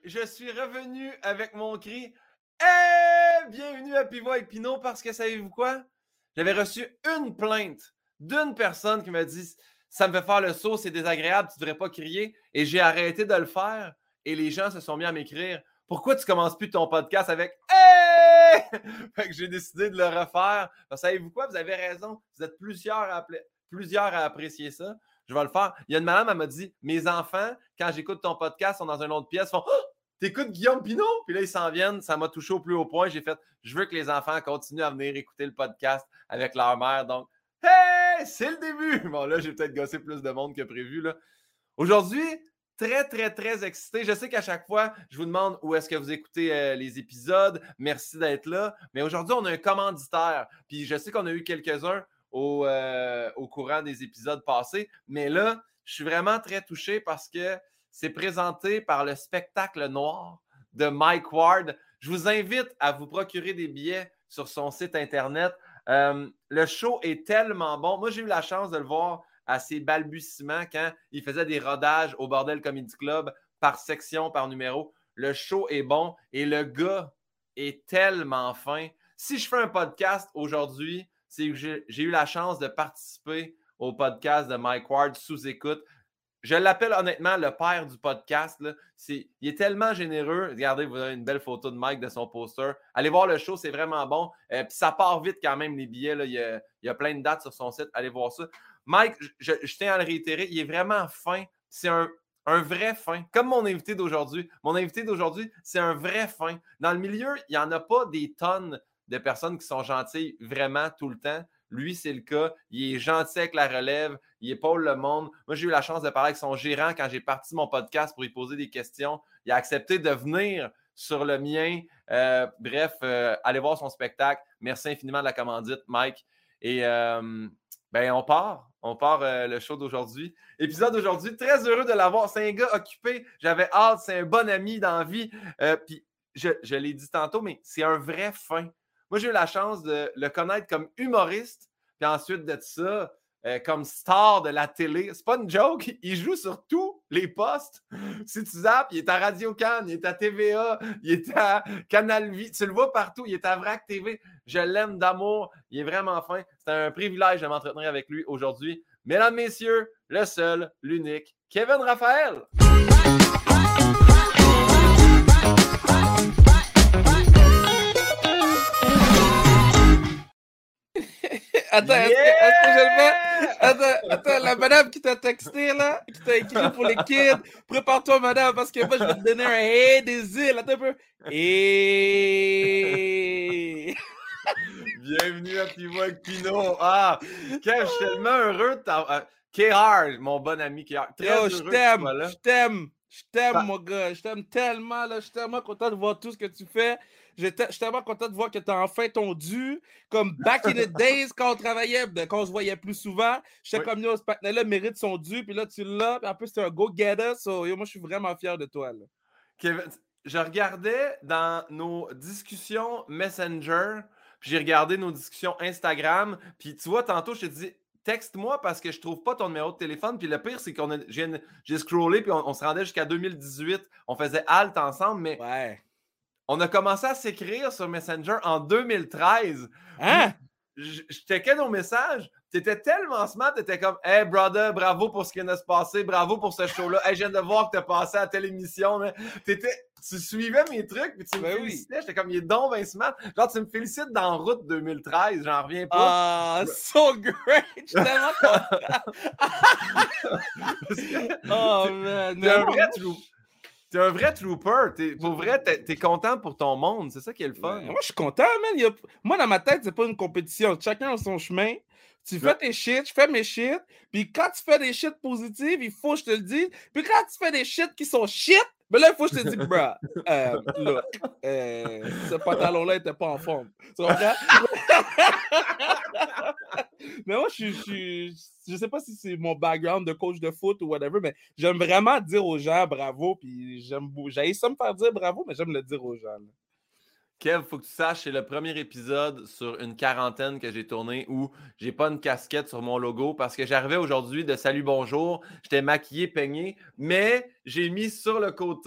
je suis revenu avec mon cri « Hey! Bienvenue à Pivot avec Pinot » parce que savez-vous quoi? J'avais reçu une plainte d'une personne qui m'a dit « Ça me fait faire le saut, c'est désagréable, tu devrais pas crier. » Et j'ai arrêté de le faire et les gens se sont mis à m'écrire « Pourquoi tu commences plus ton podcast avec « Hey! » Fait que j'ai décidé de le refaire. Parce que savez-vous quoi? Vous avez raison. Vous êtes plusieurs à apprécier ça. Je vais le faire. Il y a une madame, elle m'a dit « Mes enfants, quand j'écoute ton podcast, sont dans une autre pièce, font oh! T'écoutes Guillaume Pinot? » Puis là, ils s'en viennent. Ça m'a touché au plus haut point. J'ai fait « Je veux que les enfants continuent à venir écouter le podcast avec leur mère. » Donc, hey! C'est le début! Bon, là, j'ai peut-être gossé plus de monde que prévu, là. Aujourd'hui, très excité. Je sais qu'à chaque fois, je vous demande où est-ce que vous écoutez les épisodes. Merci d'être là. Mais aujourd'hui, on a un commanditaire. Puis je sais qu'on a eu quelques-uns au courant des épisodes passés. Mais là, je suis vraiment très touché parce que c'est présenté par le spectacle noir de Mike Ward. Je vous invite à vous procurer des billets sur son site Internet. Le show est tellement bon. Moi, j'ai eu la chance de le voir à ses balbutiements quand il faisait des rodages au Bordel Comedy Club par section, par numéro. Le show est bon et le gars est tellement fin. Si je fais un podcast aujourd'hui, c'est que j'ai eu la chance de participer au podcast de Mike Ward sous écoute. Je l'appelle honnêtement le père du podcast. Là. Il est tellement généreux. Regardez, vous avez une belle photo de Mike de son poster. Allez voir le show, c'est vraiment bon. Puis ça part vite quand même, les billets. Là. Il y a plein de dates sur son site. Allez voir ça. Mike, je tiens à le réitérer, il est vraiment fin. C'est un vrai fin. Comme mon invité d'aujourd'hui. Mon invité d'aujourd'hui, c'est un vrai fin. Dans le milieu, il n'y en a pas des tonnes de personnes qui sont gentilles vraiment tout le temps. Lui, c'est le cas. Il est gentil avec la relève. Il épaule le monde. Moi, j'ai eu la chance de parler avec son gérant quand j'ai parti mon podcast pour lui poser des questions. Il a accepté de venir sur le mien. Allez voir son spectacle. Merci infiniment de la commandite, Mike. Et on part. On part le show d'aujourd'hui. Épisode d'aujourd'hui. Très heureux de l'avoir. C'est un gars occupé. J'avais hâte. C'est un bon ami dans la vie. Puis, je l'ai dit tantôt, mais c'est un vrai fin. Moi, j'ai eu la chance de le connaître comme humoriste, puis ensuite de ça, comme star de la télé. C'est pas une joke, il joue sur tous les postes. Si tu zappes, il est à Radio-Can, il est à TVA, il est à Canal Vie, tu le vois partout, il est à Vrac TV. Je l'aime d'amour, il est vraiment fin. C'est un privilège de m'entretenir avec lui aujourd'hui. Mesdames, messieurs, le seul, l'unique, Kevin Raphaël. Attends, est-ce que je le fais? Attends, la madame qui t'a texté, là, qui t'a écrit pour les kids, prépare-toi, madame, parce que moi, je vais te donner un hey des îles. Attends un peu. Et... Bienvenue à Pivot avec Pinot. Ah, Kev, je suis tellement heureux de t'avoir. KR, mon bon ami KR. Très heureux je t'aime, mon gars. Je t'aime tellement, là. Je suis tellement content de voir tout ce que tu fais. Je suis tellement content de voir que tu as enfin ton dû. Comme back in the days, quand on travaillait, quand on se voyait plus souvent, j'étais comme nous, ce partenaire-là mérite son dû. Puis là, tu l'as. Puis en plus, c'est un go-getter. So, moi, je suis vraiment fier de toi, là. Kevin, je regardais dans nos discussions Messenger, puis j'ai regardé nos discussions Instagram. Puis tu vois, tantôt, je te dis, texte-moi parce que je trouve pas ton numéro de téléphone. Puis le pire, c'est qu'on j'ai scrollé, puis on se rendait jusqu'à 2018. On faisait halt ensemble, mais ouais. On a commencé à s'écrire sur Messenger en 2013. Hein? Je checkais nos messages. T'étais tellement smart, t'étais comme « Hey, brother, bravo pour ce qui vient de se passer. Bravo pour ce show-là. Hey, je viens de voir que t'as passé à telle émission. » Tu suivais mes trucs, puis tu me félicitais. Oui. J'étais comme « Il est donc bien smart. » Genre, tu me félicites dans Route 2013. J'en reviens pas. Ah, so great! Je suis tellement content. Oh, man. T'es un vrai trooper. Pour vrai, t'es content pour ton monde. C'est ça qui est le fun. Moi, je suis content, man. Moi, dans ma tête, c'est pas une compétition. Chacun a son chemin. Tu fais tes shit, je fais mes shit. Puis quand tu fais des shit positives, il faut que je te le dise. Puis quand tu fais des shit qui sont shit, ben là, il faut que je te dise, bruh, look, ce pantalon-là était pas en forme. Tu comprends? Mais moi, je sais pas si c'est mon background de coach de foot ou whatever, mais j'aime vraiment dire aux gens bravo. Puis j'ai ça me faire dire bravo, mais j'aime le dire aux gens. Là. Kev, faut que tu saches, c'est le premier épisode sur une quarantaine que j'ai tourné où j'ai pas une casquette sur mon logo parce que j'arrivais aujourd'hui de Salut Bonjour, j'étais maquillé, peigné, mais j'ai mis sur le côté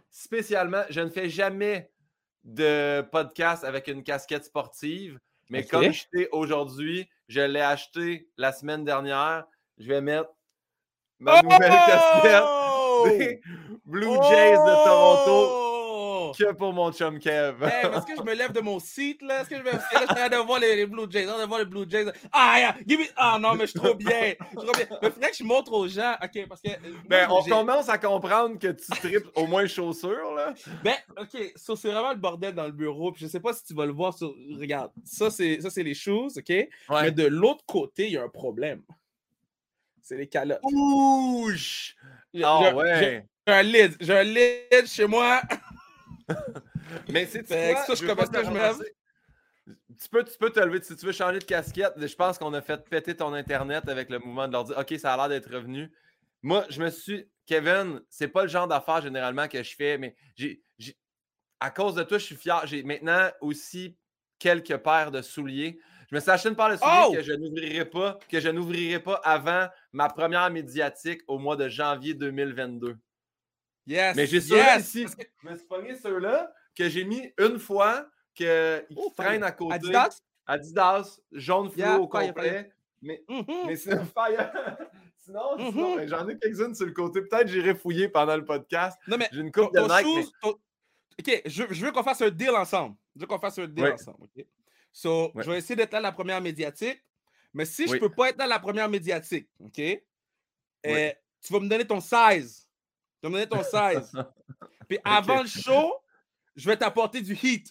spécialement, je ne fais jamais de podcast avec une casquette sportive, mais Ok. comme j'étais aujourd'hui, je l'ai acheté la semaine dernière. Je vais mettre ma nouvelle casquette des Blue Jays de Toronto que pour mon chum Kev. Hey, est-ce que je me lève de mon site, là? Est-ce que je me... Parce que là, je suis en train de voir les Blue Jays. Je suis en train de voir les Blue Jays. Ah, yeah, give me... Ah, non, mais je suis trop bien. Mais il faudrait que je montre aux gens. OK, parce que... Ben, on commence à comprendre que tu tripes au moins chaussures, là. Ben, OK, so, c'est vraiment le bordel dans le bureau. Puis je sais pas si tu vas le voir sur... Regarde, ça, c'est les shoes, OK? Ouais. Mais de l'autre côté, il y a un problème. C'est les calottes. Ouch! Ah ouais! J'ai un lid chez moi. Mais c'est Fait quoi? que ça, je commence que je me lève. Tu peux te lever. Si tu veux changer de casquette, je pense qu'on a fait péter ton Internet avec le mouvement de l'ordi. OK, ça a l'air d'être revenu. Moi, je me suis... Kevin, c'est pas le genre d'affaires généralement que je fais, mais à cause de toi, je suis fier. J'ai maintenant aussi quelques paires de souliers. Je me suis acheté une paire de souliers que je n'ouvrirai pas avant ma première médiatique au mois de janvier 2022. Yes! Mais j'ai ceux-là ici. Je me suis pogné ceux-là que j'ai mis une fois, qu'ils traînent à côté. Adidas? Adidas, jaune fluo au complet. Fire. Mais c'est fire. Sinon, j'en ai quelques-unes sur le côté. Peut-être j'irai fouiller pendant le podcast. Non, mais j'ai une coupe de Nike. OK, je veux qu'on fasse un deal ensemble. OK? So, je vais essayer d'être là la première médiatique. Mais si je ne peux pas être là la première médiatique, OK? Tu vas me donner ton size. Puis avant le show, je vais t'apporter du heat.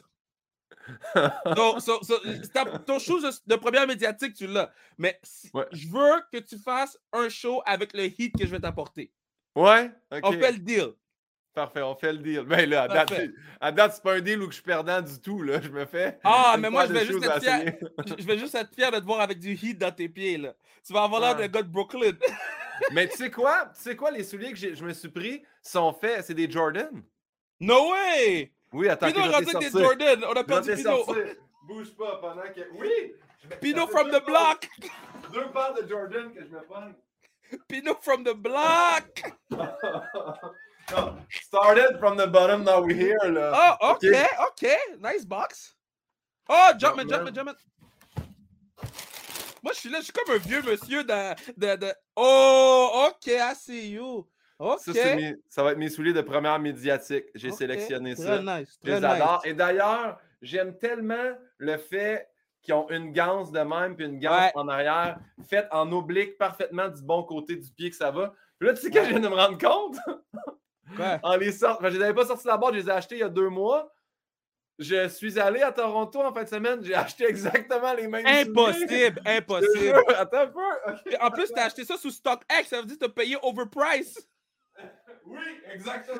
Ton show de première médiatique, tu l'as. Mais je veux que tu fasses un show avec le heat que je vais t'apporter. Ouais, OK. On fait le deal. Parfait, on fait le deal. Mais là, à date, c'est pas un deal où je suis perdant du tout. Là. Je me fais. Ah, mais moi, je vais juste être fier. Je vais juste être fier de te voir avec du heat dans tes pieds. Là. Tu vas avoir l'air d'un gars de Brooklyn. Mais tu sais quoi? Les souliers que je me suis pris sont faits. C'est des Jordan. No way! Oui, attends. Pinot rentre des Jordan. On a perdu Pinot. Bouge pas pendant que. Oui! Pinot from the block! 2 paires de Jordan que je me pogne. Pinot from the block! No, started from the bottom, now we're here. Là. Oh, OK. Nice box. Oh, Jumpman. Moi, je suis là, je suis comme un vieux monsieur de... Oh, OK, I see you. OK. Ça va être mes souliers de première médiatique. J'ai sélectionné ça. Nice. Je les adore. Et d'ailleurs, j'aime tellement le fait qu'ils ont une ganse de même puis une ganse en arrière, faite en oblique, parfaitement du bon côté du pied que ça va. Puis là, tu sais que je viens de me rendre compte? En les sortant. Je les avais pas sortis de la boîte, je les ai achetés il y a 2 mois. Je suis allé à Toronto en fin de semaine, j'ai acheté exactement les mêmes Impossible. Attends un peu. Okay. En plus, tu as acheté ça sous StockX, ça veut dire que tu as payé overprice. Oui, exactement.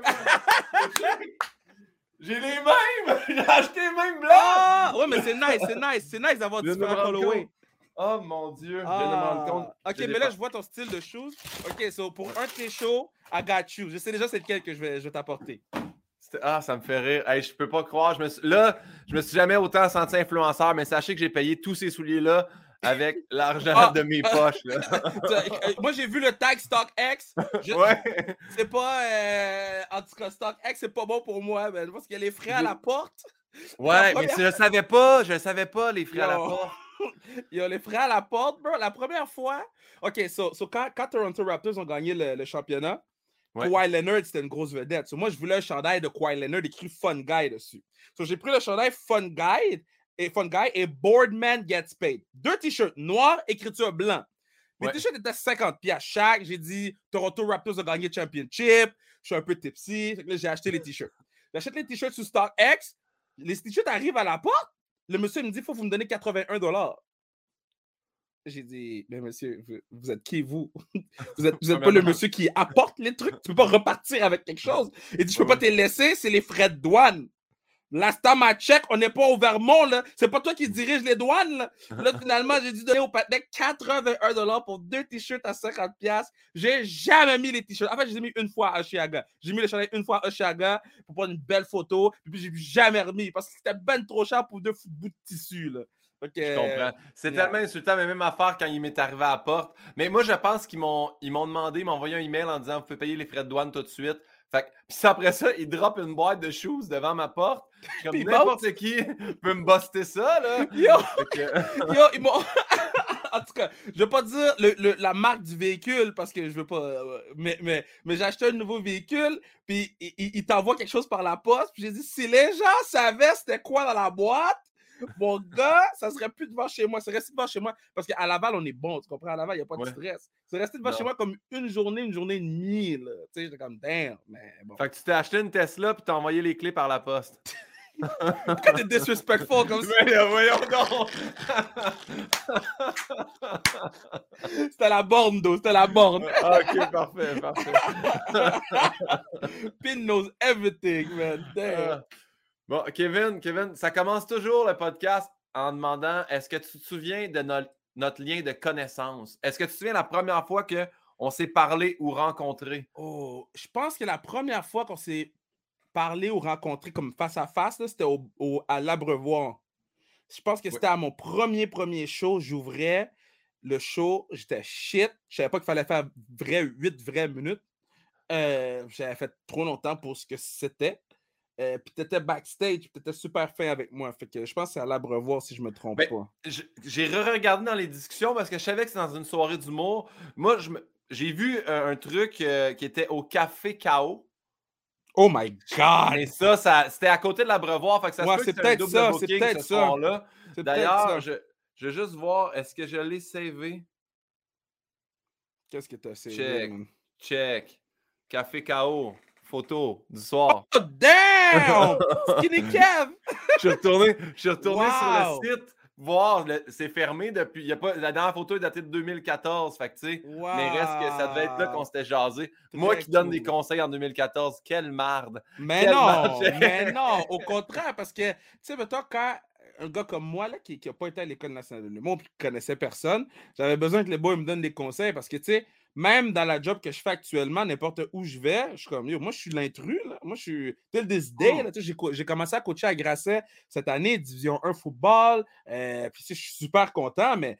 J'ai les mêmes. J'ai acheté les mêmes blancs. Ah, ouais, mais c'est nice d'avoir différents colorways. Oh mon Dieu, je viens de me rendre compte. OK, mais là, je vois ton style de shoes. OK, so pour un de tes shows, I got you. Je sais déjà c'est lequel que je vais t'apporter. Ah, ça me fait rire. Hey, je peux pas croire. Je me suis jamais autant senti influenceur, mais sachez que j'ai payé tous ces souliers-là avec l'argent de mes poches. Là. Moi, j'ai vu le tag StockX. C'est pas... en tout cas, StockX, c'est pas bon pour moi. Mais parce qu'il y a les frais à la porte. Ouais, mais je savais pas les frais à la porte. Il y a les frais à la porte, bro. La première fois... OK, so quand Toronto Raptors ont gagné le championnat, Kawhi Leonard, c'était une grosse vedette. So, moi, je voulais un chandail de Kawhi Leonard écrit Fun Guy dessus. So, j'ai pris le chandail Fun Guy et Boardman Gets Paid. 2 t-shirts noirs, écriture blanc. Les t-shirts étaient 50$ chaque. J'ai dit Toronto Raptors ont gagné le championship. Je suis un peu tipsy. Fait que là, j'ai acheté les t-shirts. J'achète les t-shirts sous StockX. Les t-shirts arrivent à la porte. Le monsieur me dit, il faut que vous me donnez 81$. J'ai dit, mais monsieur, vous êtes qui, vous? Vous êtes pas le monsieur qui apporte les trucs? Tu peux pas repartir avec quelque chose. Il dit, je peux pas te laisser, c'est les frais de douane. Last time I check, on n'est pas au Vermont, là. C'est pas toi qui dirige les douanes, là. Là, finalement, j'ai dû donner au patinet 81$ pour 2 t-shirts à 50$. J'ai jamais mis les t-shirts. En fait, je les ai mis une fois à Oshiaga. J'ai mis le chandail une fois à Oshiaga pour prendre une belle photo. Puis j'ai jamais remis parce que c'était ben trop cher pour 2 bouts de tissu, là. Je comprends. C'est tellement insultant, mais même affaire quand il m'est arrivé à la porte. Mais moi, je pense qu'ils m'ont demandé, ils m'ont envoyé un email en disant vous pouvez payer les frais de douane tout de suite. Fait que, puis après ça, ils drop une boîte de shoes devant ma porte. Comme n'importe qui peut me buster ça, là. Yo, ils m'ont. En tout cas, je vais pas dire la marque du véhicule parce que je veux pas. Mais j'ai acheté un nouveau véhicule, puis il t'envoie quelque chose par la poste. Puis j'ai dit, si les gens savaient c'était quoi dans la boîte, mon gars, ça serait plus devant chez moi. C'est resté devant chez moi. Parce qu'à Laval, on est bon, tu comprends? À Laval, il n'y a pas de stress. C'est resté devant chez moi comme une journée et demie. Là. Tu sais, j'étais comme, damn. Mais bon. Fait que tu t'es acheté une Tesla, puis t'as envoyé les clés par la poste. Pourquoi t'es disrespectful comme ça? Voyons donc! C'était la borne, d'eau. C'était la borne. Ok, parfait. Pin knows everything, man. Damn. Bon, Kevin, ça commence toujours le podcast en demandant est-ce que tu te souviens de notre lien de connaissance? Est-ce que tu te souviens la première fois qu'on s'est parlé ou rencontré? Oh, je pense que la première fois qu'on s'est parlé ou rencontré comme face à face, c'était à l'Abreuvoir. Je pense que c'était à mon premier show. J'ouvrais le show. J'étais shit. Je savais pas qu'il fallait faire 8 vraies minutes. J'avais fait trop longtemps pour ce que c'était. Puis t'étais backstage, puis t'étais super fin avec moi. Fait que je pense que c'est à l'Abreuvoir si je me trompe pas. J'ai re-regardé dans les discussions parce que je savais que c'était dans une soirée d'humour. Moi, j'ai vu un truc qui était au Café K.O. Oh my God! Mais ça c'était à côté de l'Abreuvoir. Fait que ça se peut que c'est un double ça, booking ce soir-là. D'ailleurs, je vais juste voir, est-ce que je l'ai savé? Qu'est-ce que t'as savé? Check. Café K.O. Photo du soir. Oh, damn! Skinny Kev! Je suis retourné sur le site voir. C'est fermé depuis. La dernière photo est datée de 2014. Fait que, tu sais, mais reste que ça devait être là qu'on s'était jasé. Moi qui donne des conseils en 2014, quelle marde! Mais non, au contraire, parce que, tu sais, mettons, quand un gars comme moi, là, qui n'a pas été à l'École nationale de l'humour, puis qui ne connaissait personne, j'avais besoin que les boys me donnent des conseils, parce que, tu sais, même dans la job que je fais actuellement, n'importe où je vais, je suis comme, yo, moi, je suis l'intrus, là. Moi, je suis, till this day, là, tu sais, j'ai commencé à coacher à Grasset cette année, Division 1 football, puis, tu sais, je suis super content, mais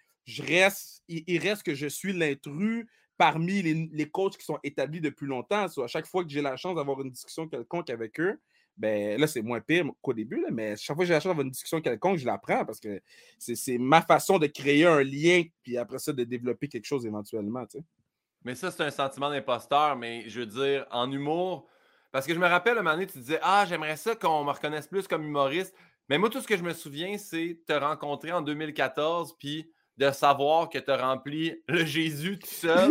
il reste que je suis l'intrus parmi les coachs qui sont établis depuis longtemps. À chaque fois que j'ai la chance d'avoir une discussion quelconque avec eux, ben là, c'est moins pire qu'au début, là, mais chaque fois que j'ai la chance d'avoir une discussion quelconque, je la prends parce que c'est ma façon de créer un lien, puis après ça, de développer quelque chose éventuellement, tu sais. Mais ça, c'est un sentiment d'imposteur, mais je veux dire, en humour, parce que je me rappelle, un moment donné, tu disais « Ah, j'aimerais ça qu'on me reconnaisse plus comme humoriste. » Mais moi, tout ce que je me souviens, c'est te rencontrer en 2014, puis de savoir que tu as rempli le Jésus tout seul.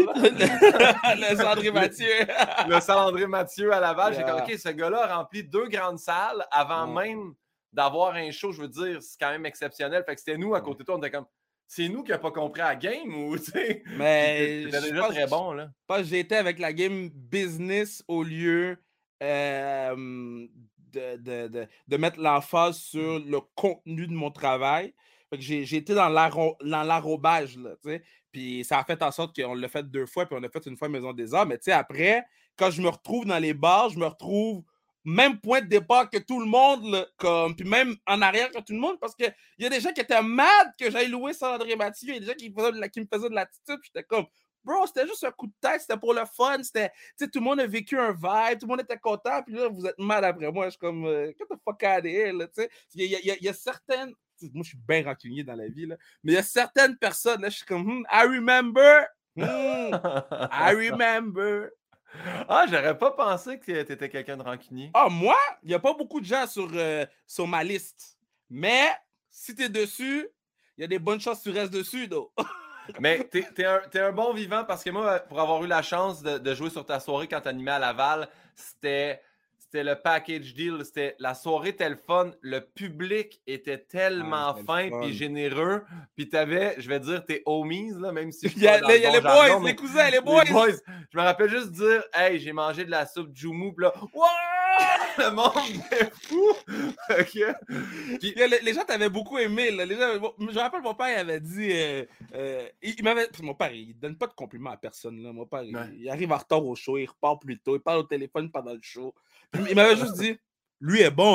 Le Sandré Mathieu. Le Sandré Mathieu à Laval. J'ai comme, OK, ce gars-là a rempli 2 grandes salles avant même d'avoir un show. Je veux dire, c'est quand même exceptionnel. Fait que c'était nous, à côté de toi, on était comme, c'est nous qui n'avons pas compris la game ou, tu sais. Mais c'était déjà très bon, là. Je pense que j'ai été avec la game business au lieu de mettre l'emphase sur le contenu de mon travail. Fait que j'ai été dans l'arrobage, là, tu sais. Puis ça a fait en sorte qu'on l'a fait 2 fois, puis on l'a fait une fois Maison des Arts. Mais tu sais, après, quand je me retrouve dans les bars, je me retrouve même point de départ que tout le monde, là, puis même en arrière que tout le monde, parce qu'il y a des gens qui étaient mad que j'aille louer Sandré Mathieu, il y a des gens qui me faisaient de l'attitude, puis j'étais comme, bro, c'était juste un coup de tête, c'était pour le fun, c'était, tu sais, tout le monde a vécu un vibe, tout le monde était content, puis là, vous êtes mad après moi, je suis comme, get the fuck out of here, là, tu sais. Il y a certaines, moi, je suis bien rancunier dans la vie, là, mais il y a certaines personnes, là, je suis comme, I remember, I remember. Ah, j'aurais pas pensé que tu étais quelqu'un de rancunier. Ah, moi, il n'y a pas beaucoup de gens sur ma liste. Mais si tu es dessus, il y a des bonnes chances que tu restes dessus, donc. Mais t'es un bon vivant parce que moi, pour avoir eu la chance de jouer sur ta soirée quand t'animais à Laval, c'était le package deal. La soirée était le fun. Le public était tellement fin et généreux. Puis t'avais, je vais dire, tes homies, là, même si il y a les boys, les cousins, les boys. Je me rappelle juste dire, hey, j'ai mangé de la soupe Jumu. Puis là, wow! Le monde est fou! Okay. Puis, les gens t'avaient beaucoup aimé. Là. Les gens, je me rappelle, mon père il avait dit. Il m'avait. Mon père, il donne pas de compliments à personne. Là. Mon père, il arrive en retard au show, il repart plus tôt, il parle au téléphone pendant le show. Puis, il m'avait juste dit, lui est bon, hein?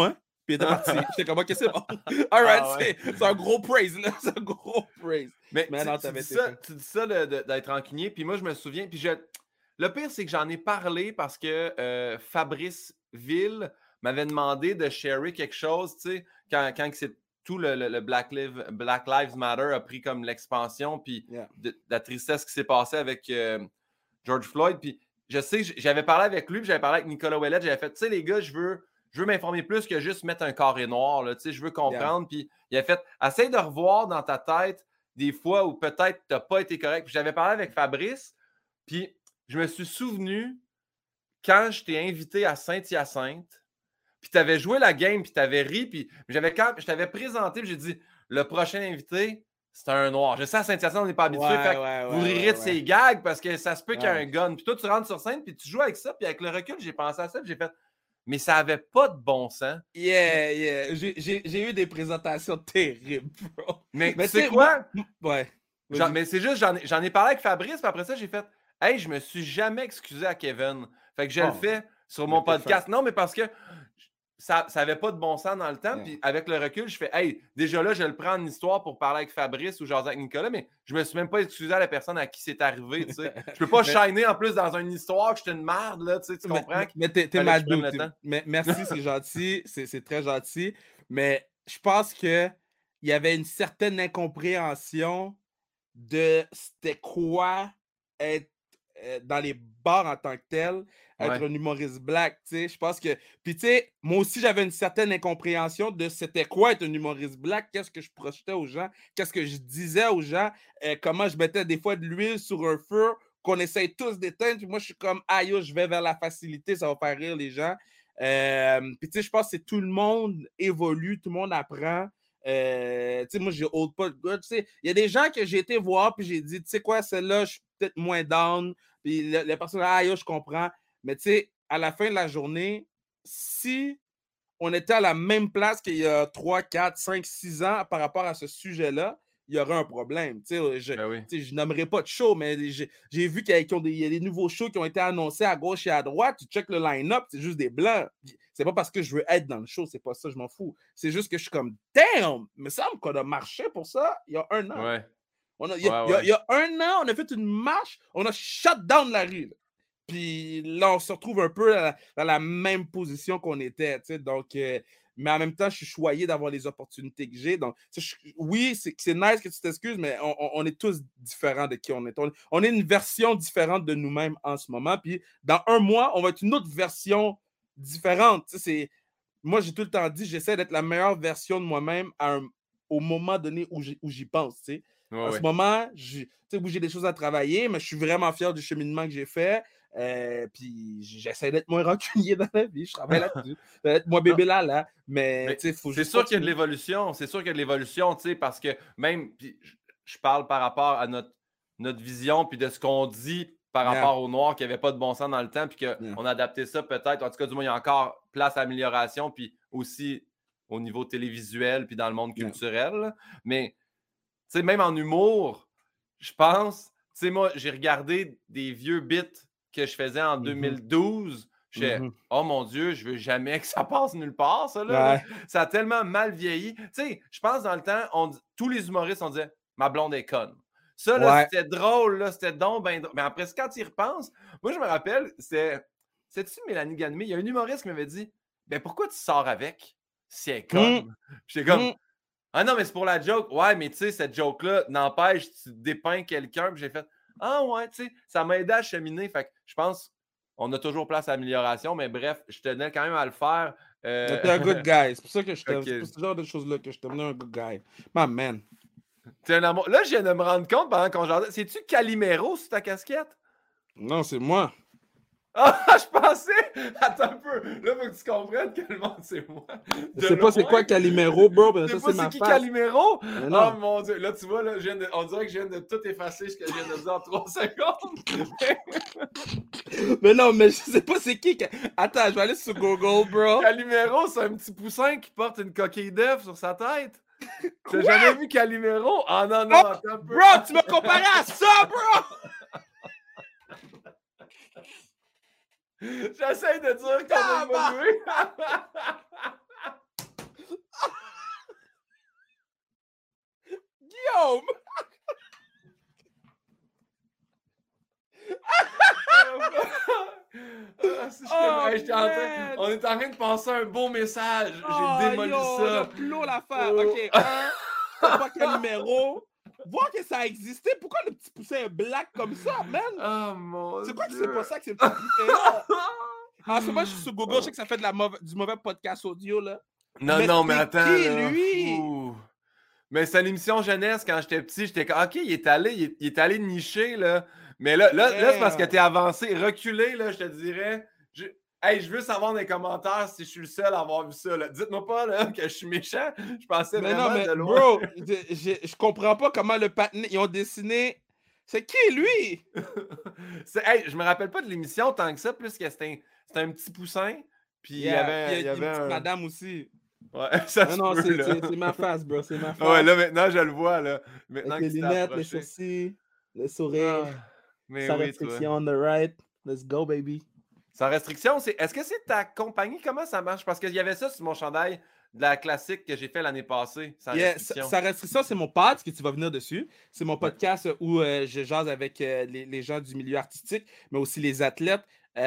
Puis il était parti. J'étais comme, OK, c'est bon. All right, Ah ouais. c'est un gros praise, là. C'est un gros praise. Mais non, tu dis ça d'être rancunier, puis moi, je me souviens, puis le pire, c'est que j'en ai parlé parce que Fabrice Ville m'avait demandé de sharer quelque chose, tu sais, quand c'est tout le Black Lives Matter a pris comme l'expansion, puis de la tristesse qui s'est passée avec George Floyd, puis je sais, j'avais parlé avec lui, puis j'avais parlé avec Nicolas Ouellet, j'avais fait, tu sais, les gars, je veux m'informer plus que juste mettre un carré noir, là, tu sais, je veux comprendre, puis il a fait, essaye de revoir dans ta tête des fois où peut-être tu n'as pas été correct. Puis j'avais parlé avec Fabrice, puis je me suis souvenu quand je t'ai invité à Saint-Hyacinthe, puis tu avais joué la game, puis tu avais ri, puis je t'avais présenté, puis j'ai dit, le prochain invité, c'est un noir. Je sais, à Saint-Hyacinthe, on n'est pas habitué, vous rirez de ces gags parce que ça se peut qu'il y ait un gun. Puis toi, tu rentres sur scène, puis tu joues avec ça, puis avec le recul, j'ai pensé à ça, puis j'ai fait, mais ça n'avait pas de bon sens. Yeah. J'ai eu des présentations terribles, bro. Mais tu sais quoi? Ouais. Mais c'est juste, j'en ai parlé avec Fabrice, puis après ça, j'ai fait, hey, je me suis jamais excusé à Kevin. Fait que je le fais sur mon podcast. Non, mais parce que ça n'avait pas de bon sens dans le temps. Puis avec le recul, je fais, hey, déjà là, je le prends en histoire pour parler avec Fabrice ou jaser avec Nicolas, mais je me suis même pas excusé à la personne à qui c'est arrivé, tu sais. Je peux pas shiner en plus dans une histoire que je suis une merde, là, tu sais, tu comprends? Mais t'es ma dude. Merci, c'est gentil. C'est très gentil. Mais je pense qu'il y avait une certaine incompréhension de c'était quoi être dans les bars en tant que tel, être un humoriste black, tu sais. Je pense que... Puis, tu sais, moi aussi, j'avais une certaine incompréhension de c'était quoi être un humoriste black, qu'est-ce que je projetais aux gens, qu'est-ce que je disais aux gens, comment je mettais des fois de l'huile sur un feu qu'on essaye tous d'éteindre. Puis moi, je suis comme, ah yo, je vais vers la facilité, ça va faire rire les gens. Puis, tu sais, je pense que tout le monde évolue, tout le monde apprend. Tu sais, moi, j'ai hold pas de gars. Tu sais, il y a des gens que j'ai été voir, puis j'ai dit, tu sais quoi, celle-là, je suis peut-être moins down. Puis la personne, ah yo, je comprends. Mais tu sais, à la fin de la journée, si on était à la même place qu'il y a 3, 4, 5, 6 ans par rapport à ce sujet-là, il y aurait un problème. Je nommerai pas de show, mais j'ai vu qu'il y a des nouveaux shows qui ont été annoncés à gauche et à droite. Tu check le line-up, c'est juste des blancs. C'est pas parce que je veux être dans le show, c'est pas ça, je m'en fous. C'est juste que je suis comme, damn, il me semble qu'on a marché pour ça il y a un an. Il y a un an, on a fait une marche, on a shut down la rue. Là. Puis là, on se retrouve un peu dans la même position qu'on était. Donc, mais en même temps, je suis choyé d'avoir les opportunités que j'ai. Donc, oui, c'est nice que tu t'excuses, mais on est tous différents de qui on est. On est une version différente de nous-mêmes en ce moment. Puis dans un mois, on va être une autre version différente. Moi, j'ai tout le temps dit, j'essaie d'être la meilleure version de moi-même au moment donné où j'y pense. En ce moment, j'ai des choses à travailler, mais je suis vraiment fier du cheminement que j'ai fait. Puis j'essaie d'être moins rancunier dans la vie, je travaille là-dessus. D'être moins bébé là. Mais faut c'est sûr qu'il y a de l'évolution. C'est sûr qu'il y a de l'évolution, parce que même, je parle par rapport à notre vision, puis de ce qu'on dit par rapport aux Noirs qui n'avaient pas de bon sens dans le temps, puis qu'on a adapté ça peut-être. En tout cas, du moins, il y a encore place à amélioration, puis aussi au niveau télévisuel, puis dans le monde culturel. Mais, même en humour, je pense, moi, j'ai regardé des vieux bits que je faisais en 2012. Je fais, oh mon Dieu, je veux jamais que ça passe nulle part, ça. Là. Ça a tellement mal vieilli. Je pense dans le temps, tous les humoristes, on disait, ma blonde est conne. Ça, là, c'était drôle, là, c'était donc ben drôle. Mais après, quand tu y repenses, moi, je me rappelle, c'est-tu Mélanie Ganmé? Il y a un humoriste qui m'avait dit, ben pourquoi tu sors avec si elle est conne? J'étais comme, ah non, mais c'est pour la joke. Ouais, mais tu sais, cette joke-là, n'empêche, tu dépeins quelqu'un. Puis j'ai fait, ah ouais, tu sais, ça m'a aidé à cheminer. Fait que je pense qu'on a toujours place à l'amélioration, mais bref, je tenais quand même à le faire. T'es un good guy. C'est pour ça que je t'aime. C'est pour ce genre de choses-là que je t'aime. Un good guy. My man. T'es un amour. Là, je viens de me rendre compte pendant qu'on j'en... C'est-tu Calimero sur ta casquette? Non, c'est moi. Ah, je pensais! Attends un peu. Là, faut que tu comprennes que le monde, c'est moi. Je sais pas c'est quoi Calimero, bro. Tu sais pas c'est qui Calimero? Oh mon Dieu. Là, tu vois, là, on dirait que je viens de tout effacer ce que je viens de dire en 3 secondes. Mais non, mais je sais pas c'est qui. Attends, je vais aller sur Google, bro. Calimero, c'est un petit poussin qui porte une coquille d'œuf sur sa tête. T'as jamais vu Calimero? Ah non, non, attends un peu. Bro, tu m'as comparé à ça, bro! J'essaie de dire qu'on a évolué. on est en train de passer un beau message. Oh, J'ai démoli ça. L'upload l'affaire. Oh. OK, pas quel numéro. Voir que ça existait. Pourquoi le petit poussin est black comme ça, man? Oh mon C'est quoi Dieu. que c'est pas ça que c'est le petit poussin? En ce moment, je suis sur Google. Je sais que ça fait du mauvais podcast audio, là. Non, mais attends. Qui, là. lui? Ouh. Mais c'est une émission jeunesse quand j'étais petit. J'étais comme, OK, il est allé nicher, là. Mais là c'est parce que t'es avancé. Reculé, là, je te dirais. Hey, je veux savoir dans les commentaires si je suis le seul à avoir vu ça. Là. Dites-moi pas là, que je suis méchant. Je pensais vraiment de loin. Bro, je comprends pas comment le patiné... Ils ont dessiné... C'est qui, lui? Hey, je me rappelle pas de l'émission tant que ça, plus que c'était un petit poussin. Puis il y avait une petite madame aussi. Ouais, ça non, c'est ma face, bro. C'est ma face. Ouais, là, maintenant, je le vois, là. Maintenant avec les lunettes, les sourcils, le sourire. Sans restriction on the right. Let's go, baby. Sans restriction, est-ce que c'est ta compagnie? Comment ça marche? Parce qu'il y avait ça sur mon chandail de la classique que j'ai fait l'année passée. Sans restriction. Sans restriction, c'est mon pod, que tu vas venir dessus. C'est mon podcast où je jase avec les gens du milieu artistique, mais aussi les athlètes.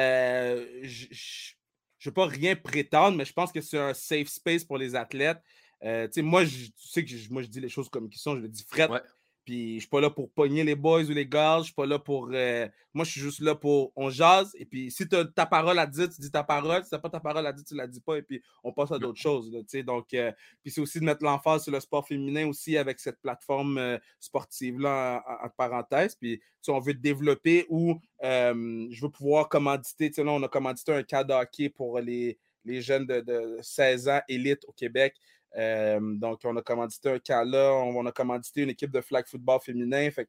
Je ne veux pas rien prétendre, mais je pense que c'est un safe space pour les athlètes. Moi, tu sais que moi, je dis les choses comme ils sont, je le dis fret. Ouais. Puis je ne suis pas là pour pogner les boys ou les gars. Je suis pas là pour. Moi, je suis juste là pour. On jase. Et puis, si tu as ta parole à dire, tu dis ta parole. Si tu n'as pas ta parole à dire, tu ne la dis pas. Et puis, on passe à d'autres choses. Là, donc, puis c'est aussi de mettre l'emphase sur le sport féminin aussi avec cette plateforme sportive-là, en parenthèse. Puis, on veut développer où je veux pouvoir commanditer. Là, on a commandité un cadre de hockey pour les jeunes de 16 ans élite au Québec. Donc, on a commandité un cas là, on a commandité une équipe de flag football féminin. Fait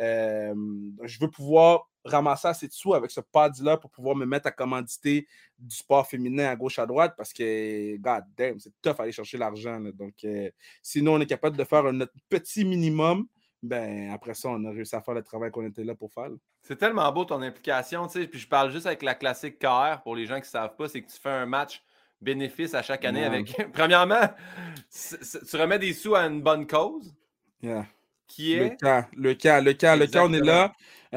je veux pouvoir ramasser assez de sous avec ce pod-là pour pouvoir me mettre à commanditer du sport féminin à gauche à droite parce que, god damn, c'est tough aller chercher l'argent. Donc, sinon, on est capable de faire notre petit minimum. Ben, après ça, on a réussi à faire le travail qu'on était là pour faire. Là. C'est tellement beau ton implication, tu sais. Puis je parle juste avec la classique KR pour les gens qui ne savent pas, c'est que tu fais un match bénéfice à chaque année avec. Premièrement, tu remets des sous à une bonne cause. Yeah. Qui est. Le cas, on est là.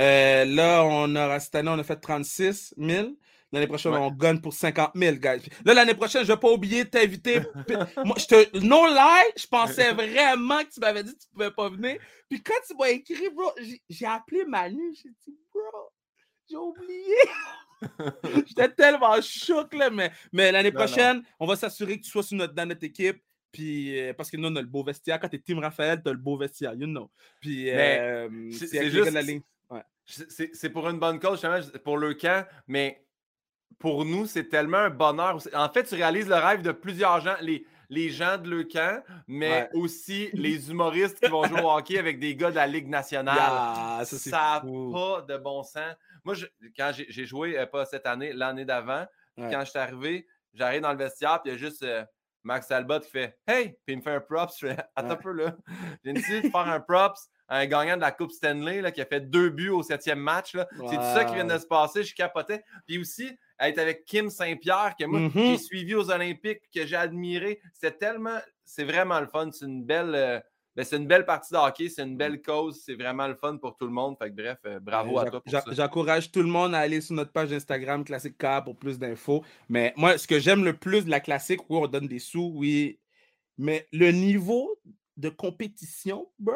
Là, cette année, on a fait 36 000. L'année prochaine, on gagne pour 50 000, guys. Là, l'année prochaine, je ne vais pas oublier de t'inviter. Moi, no lie, je pensais vraiment que tu m'avais dit que tu ne pouvais pas venir. Puis quand tu m'as écrit, bro, j'ai appelé Manu. J'ai dit, bro, j'ai oublié. J'étais tellement choqué, là. Mais l'année prochaine, on va s'assurer que tu sois dans notre équipe. Puis, parce que nous, on a le beau vestiaire. Quand tu es Team Raphaël, tu as le beau vestiaire, you know. Puis, c'est juste. Ouais. C'est pour une bonne cause, justement, pour le camp, mais pour nous, c'est tellement un bonheur. En fait, tu réalises le rêve de plusieurs gens, les gens de Leucan, mais aussi les humoristes qui vont jouer au hockey avec des gars de la Ligue nationale. Ça n'a pas de bon sens. Moi, quand j'ai joué, pas cette année, l'année d'avant, quand je suis arrivé, j'arrive dans le vestiaire, puis il y a juste Max Talbot qui fait « Hey! » Puis il me fait un props. Je fais « Attends un peu, là. J'ai décidé de faire un props à un gagnant de la Coupe Stanley là, qui a fait 2 buts au 7e match. Là. Wow. C'est tout ça qui vient de se passer. Je capotais. Puis aussi, être avec Kim Saint-Pierre, que moi, j'ai suivi aux Olympiques, que j'ai admiré. C'est vraiment le fun. C'est une belle partie de hockey. C'est une belle cause. C'est vraiment le fun pour tout le monde. Fait que bref, bravo à toi pour ça. J'encourage tout le monde à aller sur notre page Instagram, Classique K, pour plus d'infos. Mais moi, ce que j'aime le plus de la Classique, oui, on donne des sous, oui. Mais le niveau de compétition, bro,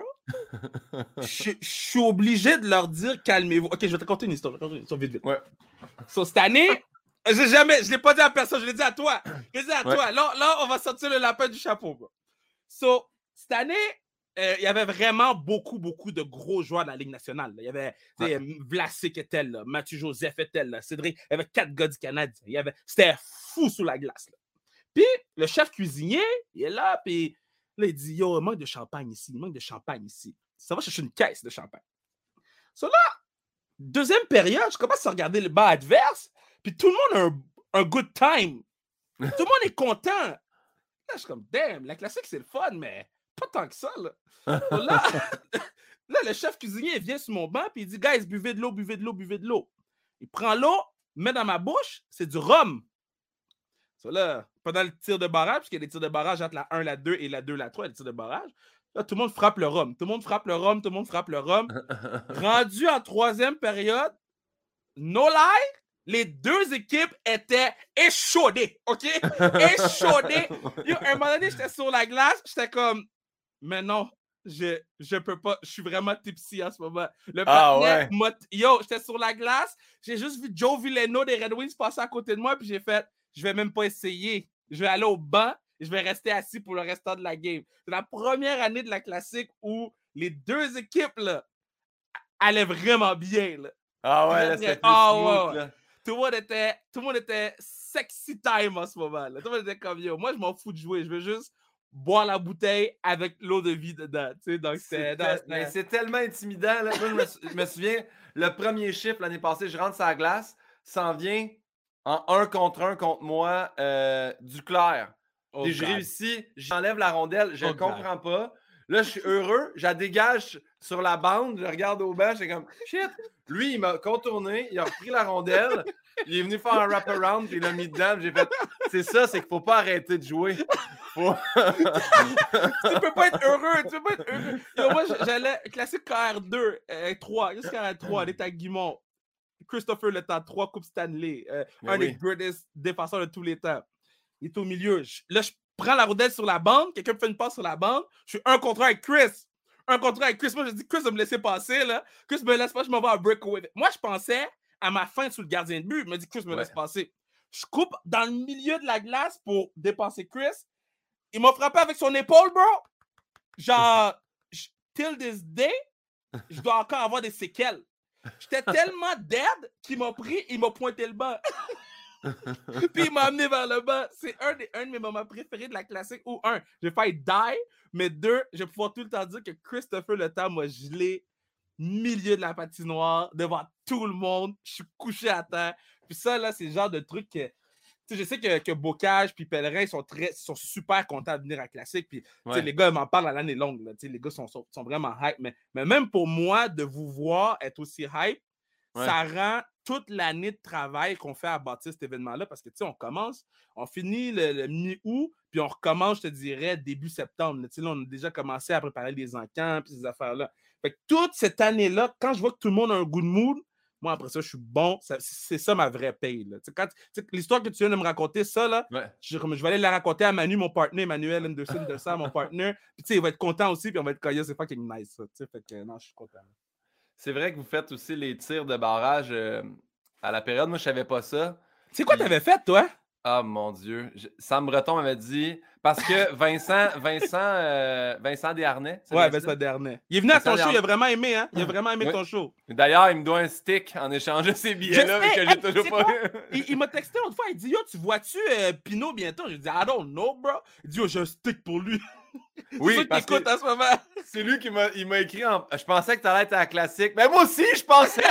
je suis obligé de leur dire calmez-vous. Ok, je vais te raconter une histoire. Vite. Ouais. So, cette année, je ne l'ai pas dit à personne, je l'ai dit à toi. Toi. Là, on va sortir le lapin du chapeau, bro. So, cette année, il y avait vraiment beaucoup de gros joueurs de la Ligue nationale. Il y avait Vlasic était là, Mathieu Joseph était là, Cédric, il y avait 4 gars du Canadien. C'était fou sous la glace. Là. Puis, le chef cuisinier, il est là, puis là, il dit, yo, il manque de champagne ici. Ça va chercher une caisse de champagne. So là, deuxième période, je commence à regarder le bas adverse, puis tout le monde a un good time. Tout le monde est content. Là, je suis comme, damn, la classique, c'est le fun, mais pas tant que ça, là. So là, le chef cuisinier vient sur mon banc, puis il dit, guys, buvez de l'eau. Il prend l'eau, met dans ma bouche, c'est du rhum. So là, pendant le tir de barrage, parce qu'il y a des tirs de barrage entre la 1, la 2 et la 2, la 3, les tirs de barrage, là, tout le monde frappe le rhum. Rendu en troisième période, no lie, Les deux équipes étaient échaudées, OK? Échaudées. Yo, à un moment donné, j'étais sur la glace, j'étais comme, mais non, je peux pas, je suis vraiment tipsy en ce moment. Le partenaire, yo, j'étais sur la glace, j'ai juste vu Joe Villeno des Red Wings passer à côté de moi, puis j'ai fait, je vais même pas essayer. Je vais aller au banc et je vais rester assis pour le restant de la game. C'est la première année de la classique où les deux équipes là, allaient vraiment bien. Là. Ah ouais, là, c'était plus smooth. Là. Tout le monde était sexy time en ce moment. Là. Tout le monde était comme yo. Moi, je m'en fous de jouer. Je veux juste boire la bouteille avec l'eau de vie dedans. Donc, mais c'est tellement intimidant. Là. Moi, je me souviens, le premier chiffre l'année passée, je rentre sur la glace, s'en vient en 1 contre moi, Duclair. Oh et je réussis, j'enlève la rondelle, je ne comprends pas. Là, je suis heureux, je la dégage sur la bande, je regarde au banc, j'étais comme shit. Lui, il m'a contourné, il a repris la rondelle, il est venu faire un wrap-around, puis il l'a mis dedans. J'ai fait, c'est ça, c'est qu'il ne faut pas arrêter de jouer. Faut... tu peux pas être heureux, tu peux pas être heureux. Yo, moi, j'allais classique KR2, 3, juste KR3, on était à Guimont. Christopher Le Temps, 3 Coupes Stanley, un des greatest défenseurs de tous les temps. Il est au milieu. Là, je prends la rondelle sur la bande, quelqu'un me fait une passe sur la bande, je suis 1 contre 1 avec Chris. 1 contre 1 avec Chris. Moi, je dis, Chris va me laisser passer, là. Chris me laisse pas, je m'en vais à breakaway. Moi, je pensais à ma fin sous le gardien de but. Il m'a dit, Chris me laisse passer. Je coupe dans le milieu de la glace pour dépasser Chris. Il m'a frappé avec son épaule, bro. Genre, till this day, je dois encore avoir des séquelles. J'étais tellement dead qu'il m'a pris, il m'a pointé le banc. Puis il m'a amené vers le banc. C'est un de mes moments préférés de la classique où, j'ai failli die, mais 2, je vais pouvoir tout le temps dire que Christopher Le Temps m'a gelé milieu de la patinoire devant tout le monde. Je suis couché à terre. Puis ça, là, c'est le genre de truc que je sais que Bocage puis Pellerin sont super contents de venir à Classique. Puis les gars m'en parlent à l'année longue. Là, les gars sont vraiment hype. Mais même pour moi, de vous voir être aussi hype, ça rend toute l'année de travail qu'on fait à bâtir cet événement-là. Parce que on finit le mi-août, puis on recommence, je te dirais, début septembre. Là, on a déjà commencé à préparer les encamps et ces affaires-là. Fait que toute cette année-là, quand je vois que tout le monde a un good mood, moi, après ça, je suis bon. C'est ça ma vraie paye. Là. L'histoire que tu viens de me raconter, ça, là, je vais aller la raconter à Manu, mon partenaire, Emmanuel Anderson de ça, mon partenaire. Puis, il va être content aussi, puis on va être coyote. C'est fucking nice, ça. Fait que, non, je suis content. C'est vrai que vous faites aussi les tirs de barrage à la période. Moi, je savais pas ça. C'est quoi t'avais fait, toi? Ah, mon Dieu. Sam Breton m'avait dit... Parce que Vincent Desharnais. Ouais, Vincent Desharnais. Il est venu à ton show, il a vraiment aimé, hein? Il a vraiment aimé ton show. D'ailleurs, il me doit un stick en échange de ces billets-là, mais que j'ai toujours pas eu. Il m'a texté l'autre fois, il dit, yo, tu vois-tu Pinot bientôt? J'ai dit, I don't know, bro. Il dit, yo, j'ai un stick pour lui. Oui, parce que en ce moment. C'est lui qui m'a écrit Je pensais que t'allais être à la classique. Mais moi aussi, je pensais!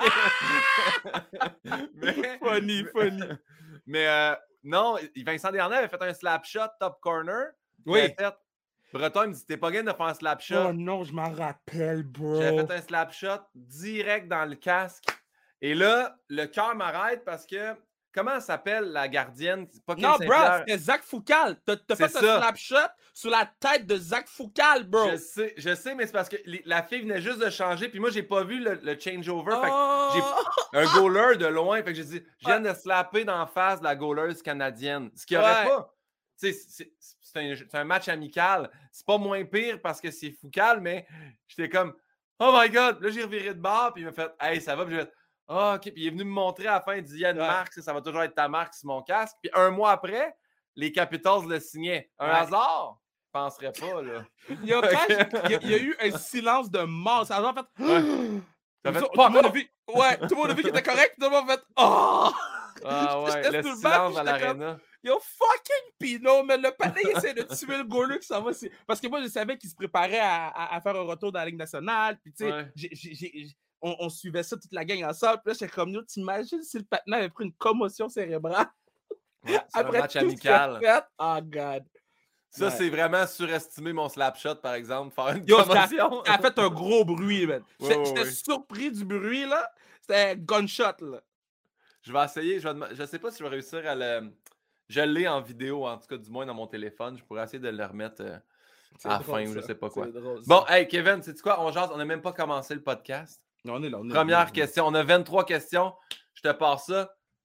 Funny. Mais non, Vincent Desharnais avait fait un slap shot top corner. Oui. Breton, il me dit, t'es pas game de faire un slap shot. Oh non, je m'en rappelle, bro. J'avais fait un slap shot direct dans le casque. Et là, le cœur m'arrête parce que... Comment s'appelle la gardienne? Non, bro, c'était Zach Foucal. T'as fait un slap shot sur la tête de Zach Foucal, bro. Je sais, mais c'est parce que la fille venait juste de changer, puis moi, j'ai pas vu le changeover. Fait que j'ai un goaler de loin. Fait que j'ai dit, je viens de slapper d'en face de la goaleuse canadienne. Ce qu'il n'y aurait pas. C'est un match amical. C'est pas moins pire parce que c'est Foucal, mais j'étais comme, oh my God. Là, j'ai reviré de bord, puis il m'a fait, hey, ça va. Puis j'ai fait, ah, OK. Puis il est venu me montrer à la fin, il dit, il y a une marque, ça va toujours être ta marque sur mon casque. Puis un mois après, les Capitals le signaient. Un hasard? Je penserais pas, là. Il y a eu un silence de mort. Ça a fait... Ça fait tout le monde a vu... tout le monde a vu qu'il était correct. Tout le monde a fait... Oh! Ah ouais, le silence à l'aréna. Yo, fucking Pinot, mais le palais il essaie de tuer le goaler que ça va. Parce que moi, je savais qu'il se préparait à faire un retour dans la Ligue nationale. Puis, tu sais, on suivait ça toute la gang ensemble. Puis là, j'étais comme, t'imagines si le patin avait pris une commotion cérébrale après un match amical. Oh, God. Ça, c'est vraiment surestimer mon slap shot, par exemple. Faire une commotion. Ça a fait un gros bruit, man. J'étais surpris du bruit, là. C'était gunshot, là. Je vais essayer. Je sais pas si je vais réussir à le... Je l'ai en vidéo, en tout cas, du moins dans mon téléphone. Je pourrais essayer de le remettre à la fin ou je sais pas quoi. Drôle, bon, hey, Kevin, sais-tu quoi? On n'a même pas commencé le podcast. On est là. Première question. On a 23 questions. Je te passe ça.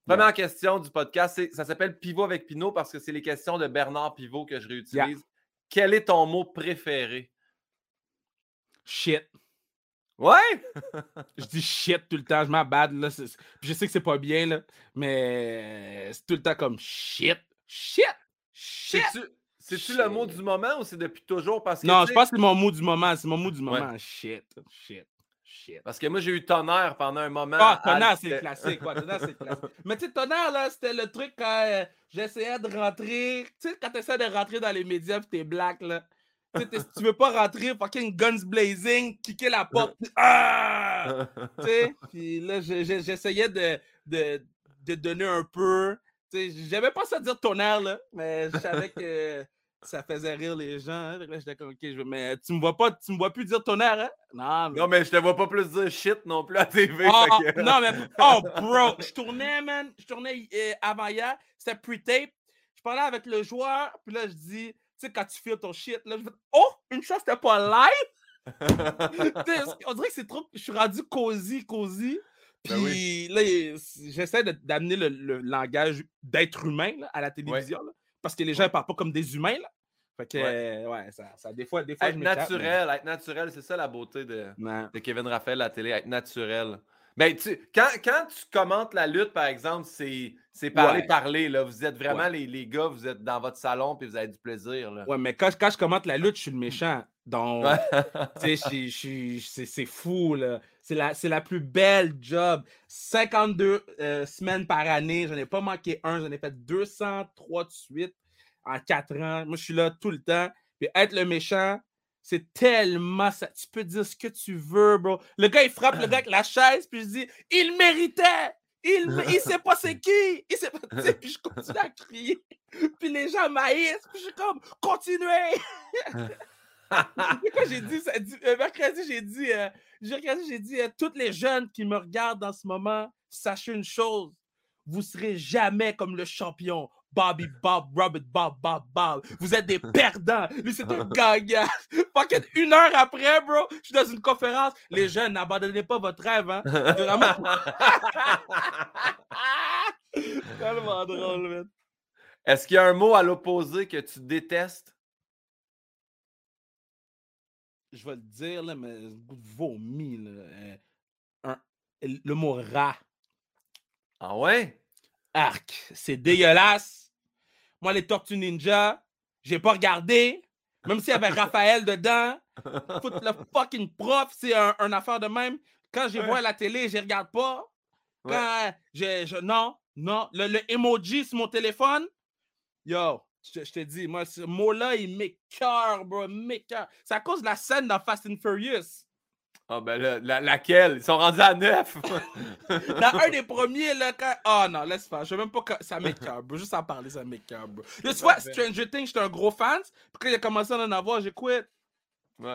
Première question du podcast, ça s'appelle Pivot avec Pinot parce que c'est les questions de Bernard Pivot que je réutilise. Yeah. Quel est ton mot préféré? Shit. Ouais? Je dis shit tout le temps, je m'abade, là. Je sais que c'est pas bien, là, mais c'est tout le temps comme shit. C'est-tu le mot du moment ou c'est depuis toujours? Parce que, non, je pense que c'est mon mot du moment. C'est mon mot du moment. Ouais. Shit. Parce que moi, j'ai eu Tonnerre pendant un moment. Ah, Tonnerre, c'est classique. Ouais, Tonnerre, c'est classique. Mais tu sais, Tonnerre, là, c'était le truc quand j'essayais de rentrer. Tu sais, quand t'essaies de rentrer dans les médias pis t'es black, là. Tu sais, tu veux pas rentrer, fucking guns blazing, kicker la porte. Ah! Tu sais, puis là, j'essayais de donner un peu. Tu sais, j'avais pas ça dire Tonnerre, là, mais je savais que ça faisait rire les gens. Hein? Là, j'étais comme, OK, mais tu me vois plus dire Tonnerre, hein? Non, mais je te vois pas plus dire shit non plus à TV. Non, mais, oh, bro, je tournais, man. Je tournais avant hier. C'était pre-tape. Je parlais avec le joueur, puis là, je dis, tu sais, quand tu files ton shit, là, je fais, oh, une chose, c'était pas live. On dirait que c'est trop. Je suis rendu cosy. Puis oui. Là, j'essaie d'amener le langage d'être humain là, à la télévision. Ouais. Là, parce que les gens ne parlent pas comme des humains. Là. Fait que, ouais, ça des fois être naturel, être naturel, c'est ça la beauté de Kevin Raphaël à la télé, être naturel. Mais quand tu commentes la lutte, par exemple, c'est parler. Là. Vous êtes vraiment les gars, vous êtes dans votre salon et vous avez du plaisir. Là. Ouais, mais quand je commente la lutte, je suis le méchant. Donc, c'est fou. Là. C'est la plus belle job. 52 semaines par année. J'en ai pas manqué un. J'en ai fait 203 de suite en 4 ans. Moi, je suis là tout le temps. Puis être le méchant, c'est tellement ça. Tu peux dire ce que tu veux, bro. Le gars, il frappe le gars avec la chaise, puis je dis, il méritait! Il sait pas c'est qui! Il sait pas, puis je continue à crier. Puis les gens maïssent, puis je suis comme, continuez! Quand j'ai dit ça, mercredi, j'ai dit, toutes les jeunes qui me regardent en ce moment, sachez une chose, vous serez jamais comme le champion. Bobby Bob, Robert Bob. Vous êtes des perdants. Lui, c'est un gagnant. Fucking 1 heure après, bro, je suis dans une conférence. Les jeunes, n'abandonnez pas votre rêve, hein. C'est vraiment... tellement drôle, man. Est-ce qu'il y a un mot à l'opposé que tu détestes? Je vais le dire, là, mais vomi, là. Le mot rat. Ah ouais? Arc, c'est dégueulasse. Moi, les Tortues Ninja, j'ai pas regardé. Même s'il y avait Raphaël dedans, foutre le fucking prof, c'est un affaire de même. Quand je vois à la télé, je regarde pas. Quand non. Le emoji sur mon téléphone, yo, je te dis, moi, ce mot-là, il m'écoeure, bro, m'écoeure. C'est à cause de la scène dans Fast and Furious. Ah ben là, laquelle? Ils sont rendus à 9. Dans un des premiers, là, quand... Oh non, laisse faire. Je sais même pas que ça m'écoeure, bro. Juste en parler, ça m'écoeure, bro. Tu vois, Stranger Things, j'étais un gros fan. Puis quand il a commencé à en avoir, j'ai quit. Ouais.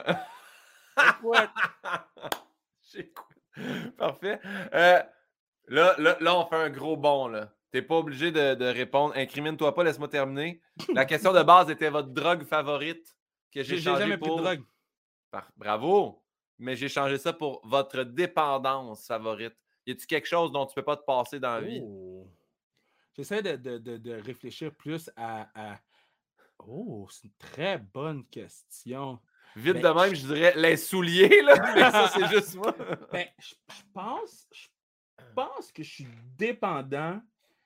J'ai quit. Parfait. Là, on fait un gros bond, là. T'es pas obligé de répondre. Incrimine-toi pas, laisse-moi terminer. La question de base était votre drogue favorite que j'ai changé jamais pris de drogue. Bravo! Mais j'ai changé ça pour votre dépendance favorite. Y a-t-il quelque chose dont tu peux pas te passer dans la vie? J'essaie de réfléchir plus à... Oh, c'est une très bonne question. Vite de même, je dirais les souliers, là. Mais ça, c'est juste moi. Ben, je pense que je suis dépendant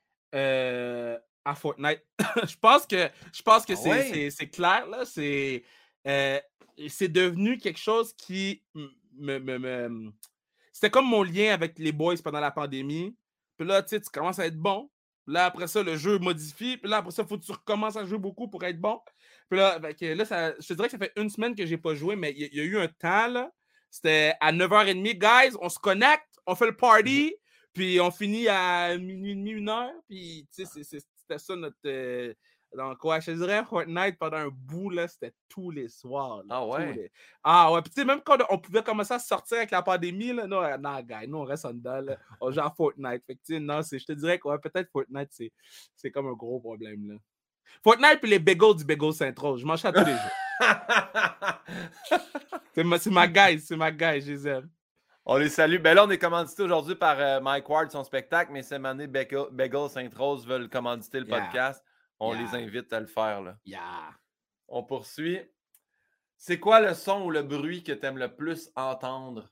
à Fortnite. je pense que c'est clair, là. C'est devenu quelque chose qui me... C'était comme mon lien avec les boys pendant la pandémie. Puis là, tu sais, tu commences à être bon. Là, après ça, le jeu modifie. Puis là, après ça, il faut que tu recommences à jouer beaucoup pour être bon. Puis là, je te dirais que ça fait 1 semaine que je n'ai pas joué, mais il y a eu un temps, là. C'était à 9h30, guys, on se connecte, on fait le party, puis on finit à minuit et demi, 1h. Puis, tu sais, c'était ça notre... Donc, ouais, je te dirais Fortnite pendant un bout, là, c'était tous les soirs. Là, ah ouais? Ah ouais, puis tu sais, même quand on pouvait commencer à sortir avec la pandémie, là, non, gars, nous, on reste en dedans, là, on joue à Fortnite. Fait que, tu sais, non, je te dirais que ouais, peut-être Fortnite, c'est comme un gros problème, là. Fortnite puis les bagels du Bagel Saint-Rose, je mange ça tous les jours. c'est ma guy, je les aime. On les salue. Ben là, on est commandité aujourd'hui par Mike Ward, son spectacle, mais cette année, Bagel Sainte-Rose veulent commanditer le podcast. On les invite à le faire. Là. On poursuit. C'est quoi le son ou le bruit que tu aimes le plus entendre?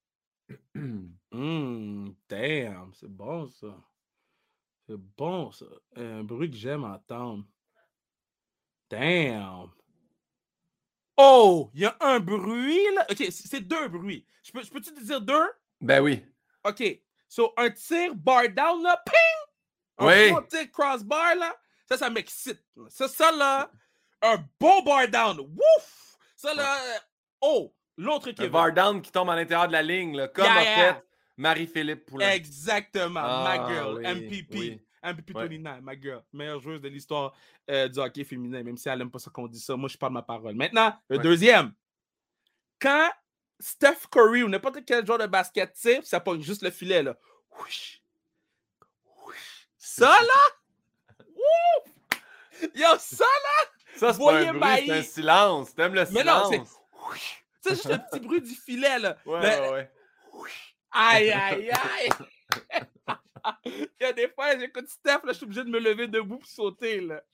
Damn, c'est bon ça. C'est bon ça. Un bruit que j'aime entendre. Damn. Oh, il y a un bruit là. Ok, c'est deux bruits. Je peux-tu te dire deux? Ben oui. Ok. So, un tir bar down là, ping! Un bon tir crossbar là, ça m'excite. Ça là, un bon bar down. Wouf! Ça là, l'autre qui est. Un bar down qui tombe à l'intérieur de la ligne, là, comme a fait Marie-Philippe Poulin. Exactement, my girl, MVP. Oui. MVP 29, my girl. Meilleure joueuse de l'histoire du hockey féminin, même si elle n'aime pas ça qu'on dit ça. Moi, je parle ma parole. Maintenant, le deuxième. Quand Steph Curry ou n'importe quel joueur de basket tire, ça pogne juste le filet, là. Ça, là! Yo, ça, là! Ça, c'est pas un bruit, c'est un silence. T'aimes le silence? Mais non, c'est juste le petit bruit du filet, là. Ouais. Aïe, aïe, aïe! Il y a des fois, j'écoute Steph, là, je suis obligé de me lever debout pour sauter, là.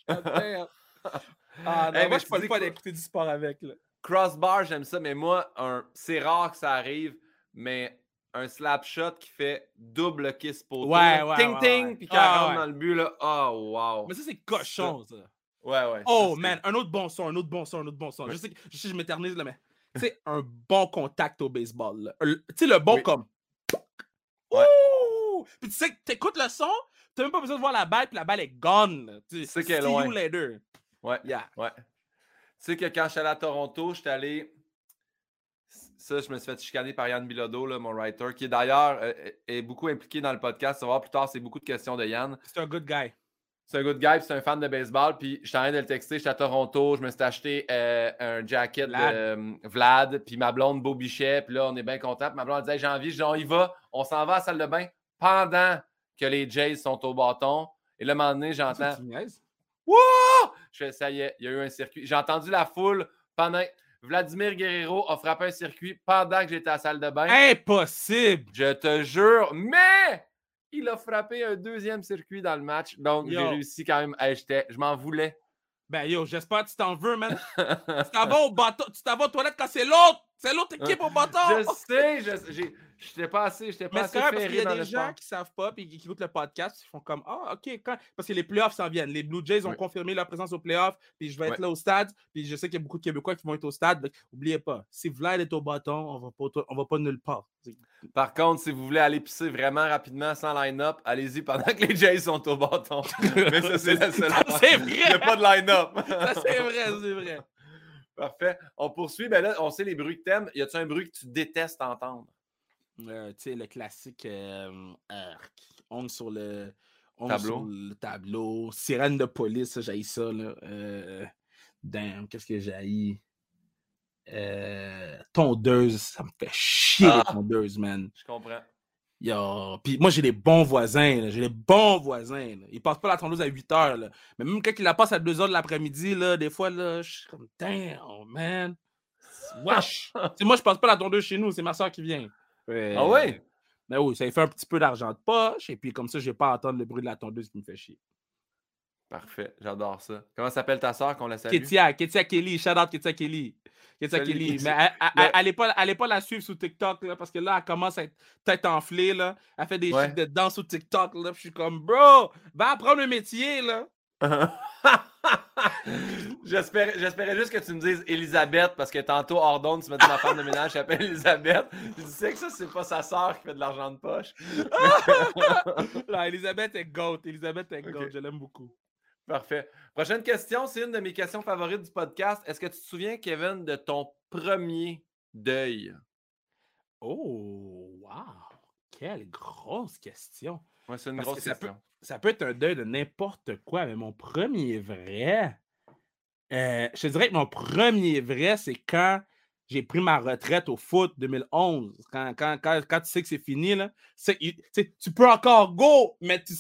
Moi, je ne peux pas d'écouter du sport avec, là. Crossbar, j'aime ça, mais moi, c'est rare que ça arrive, mais un slap shot qui fait double kiss poteau. Ting-ting, puis qu'elle rentre dans le but, là. Oh, wow. Mais ça, c'est cochon, ça. Ouais. Oh, man, un autre bon son. Ouais. Je sais que je m'éternise, là, mais tu sais, un bon contact au baseball, là. Tu sais, le bon comme... Ouais. Ouh! Puis tu sais que t'écoutes le son, t'as même pas besoin de voir la balle, puis la balle est gone. Tu sais qu'elle est loin. See you later. Ouais. Tu sais que quand je suis allé à Toronto, j'étais allé... Ça, je me suis fait chicaner par Yann Bilodeau, là, mon writer, qui d'ailleurs est beaucoup impliqué dans le podcast. Tu vas voir plus tard, c'est beaucoup de questions de Yann. C'est un good guy. C'est un good guy, puis c'est un fan de baseball. Puis je suis en train de le texter, j'étais à Toronto, je me suis acheté un jacket de Vlad, puis ma blonde Beau Bichet, puis là, on est bien contents. Puis ma blonde disait, j'ai envie, je dis, on y va, on s'en va à la salle de bain pendant que les Jays sont au bâton. Et là, à un moment donné, j'entends... Wouh! Je fais, ça y est, il y a eu un circuit. J'ai entendu la foule pendant... Vladimir Guerrero a frappé un circuit pendant que j'étais à la salle de bain. Impossible! Je te jure, mais il a frappé un deuxième circuit dans le match. Donc, j'ai réussi quand même. Je m'en voulais. Ben yo, j'espère que tu t'en veux, man. Tu t'en vas au bâton, tu t'en vas aux toilettes quand c'est l'autre. C'est l'autre équipe au bâton. Je sais, j'étais pas assez ferré dans le sport. Parce qu'il y a des gens qui savent pas et qui écoutent le podcast, ils font comme OK, parce que les playoffs s'en viennent. Les Blue Jays ont confirmé leur présence aux playoffs, puis je vais être là au stade, puis je sais qu'il y a beaucoup de Québécois qui vont être au stade. Donc, n'oubliez pas, si Vlad est au bâton, on va pas nulle part. Par contre, si vous voulez aller pisser vraiment rapidement sans line-up, allez-y pendant que les Jays sont au bâton. Mais ça, c'est la seule. C'est vrai! Il n'y a pas de line-up. Ça, c'est vrai. Parfait. On poursuit. Ben là, on sait les bruits que t'aimes. Y a-tu un bruit que tu détestes entendre? Tu sais, le classique ongle sur le tableau. Sirène de police, j'haïs ça. Là. Damn, qu'est-ce que j'haïs? Tondeuse, ça me fait chier les tondeuses, man. Je comprends. Puis moi, j'ai des bons voisins. Là. Ils passent pas la tondeuse à 8 heures. Là. Mais même quand ils la passent à 2 heures de l'après-midi, là, des fois, là, je suis comme, damn, man. Wesh! Moi, je passe pas la tondeuse chez nous. C'est ma soeur qui vient. Ah oui? Mais oui, ça fait un petit peu d'argent de poche. Et puis, comme ça, j'ai pas à entendre le bruit de la tondeuse qui me fait chier. Parfait. J'adore ça. Comment s'appelle ta soeur qu'on la salue? Ketia Kelly. Shout out Ketia Kelly. Mais allez pas la suivre sur TikTok là, parce que là, elle commence à être tête enflée. Là. Elle fait des shit de danse sur TikTok. Là, je suis comme, bro, va apprendre un métier. Là. J'espérais juste que tu me dises Elisabeth parce que tantôt, hors d'onde, tu m'as dit ma femme de ménage s'appelle Elisabeth. Je sais que ça, c'est pas sa sœur qui fait de l'argent de poche. Non, Elisabeth est goat. Je l'aime beaucoup. Parfait. Prochaine question, c'est une de mes questions favorites du podcast. Est-ce que tu te souviens, Kevin, de ton premier deuil? Oh, wow! Quelle grosse question! Ouais, c'est une grosse question. Ça peut être un deuil de n'importe quoi, mais mon premier vrai... je te dirais que mon premier vrai, c'est quand j'ai pris ma retraite au foot 2011. Quand tu sais que c'est fini, là, tu peux encore go, mais tu sais que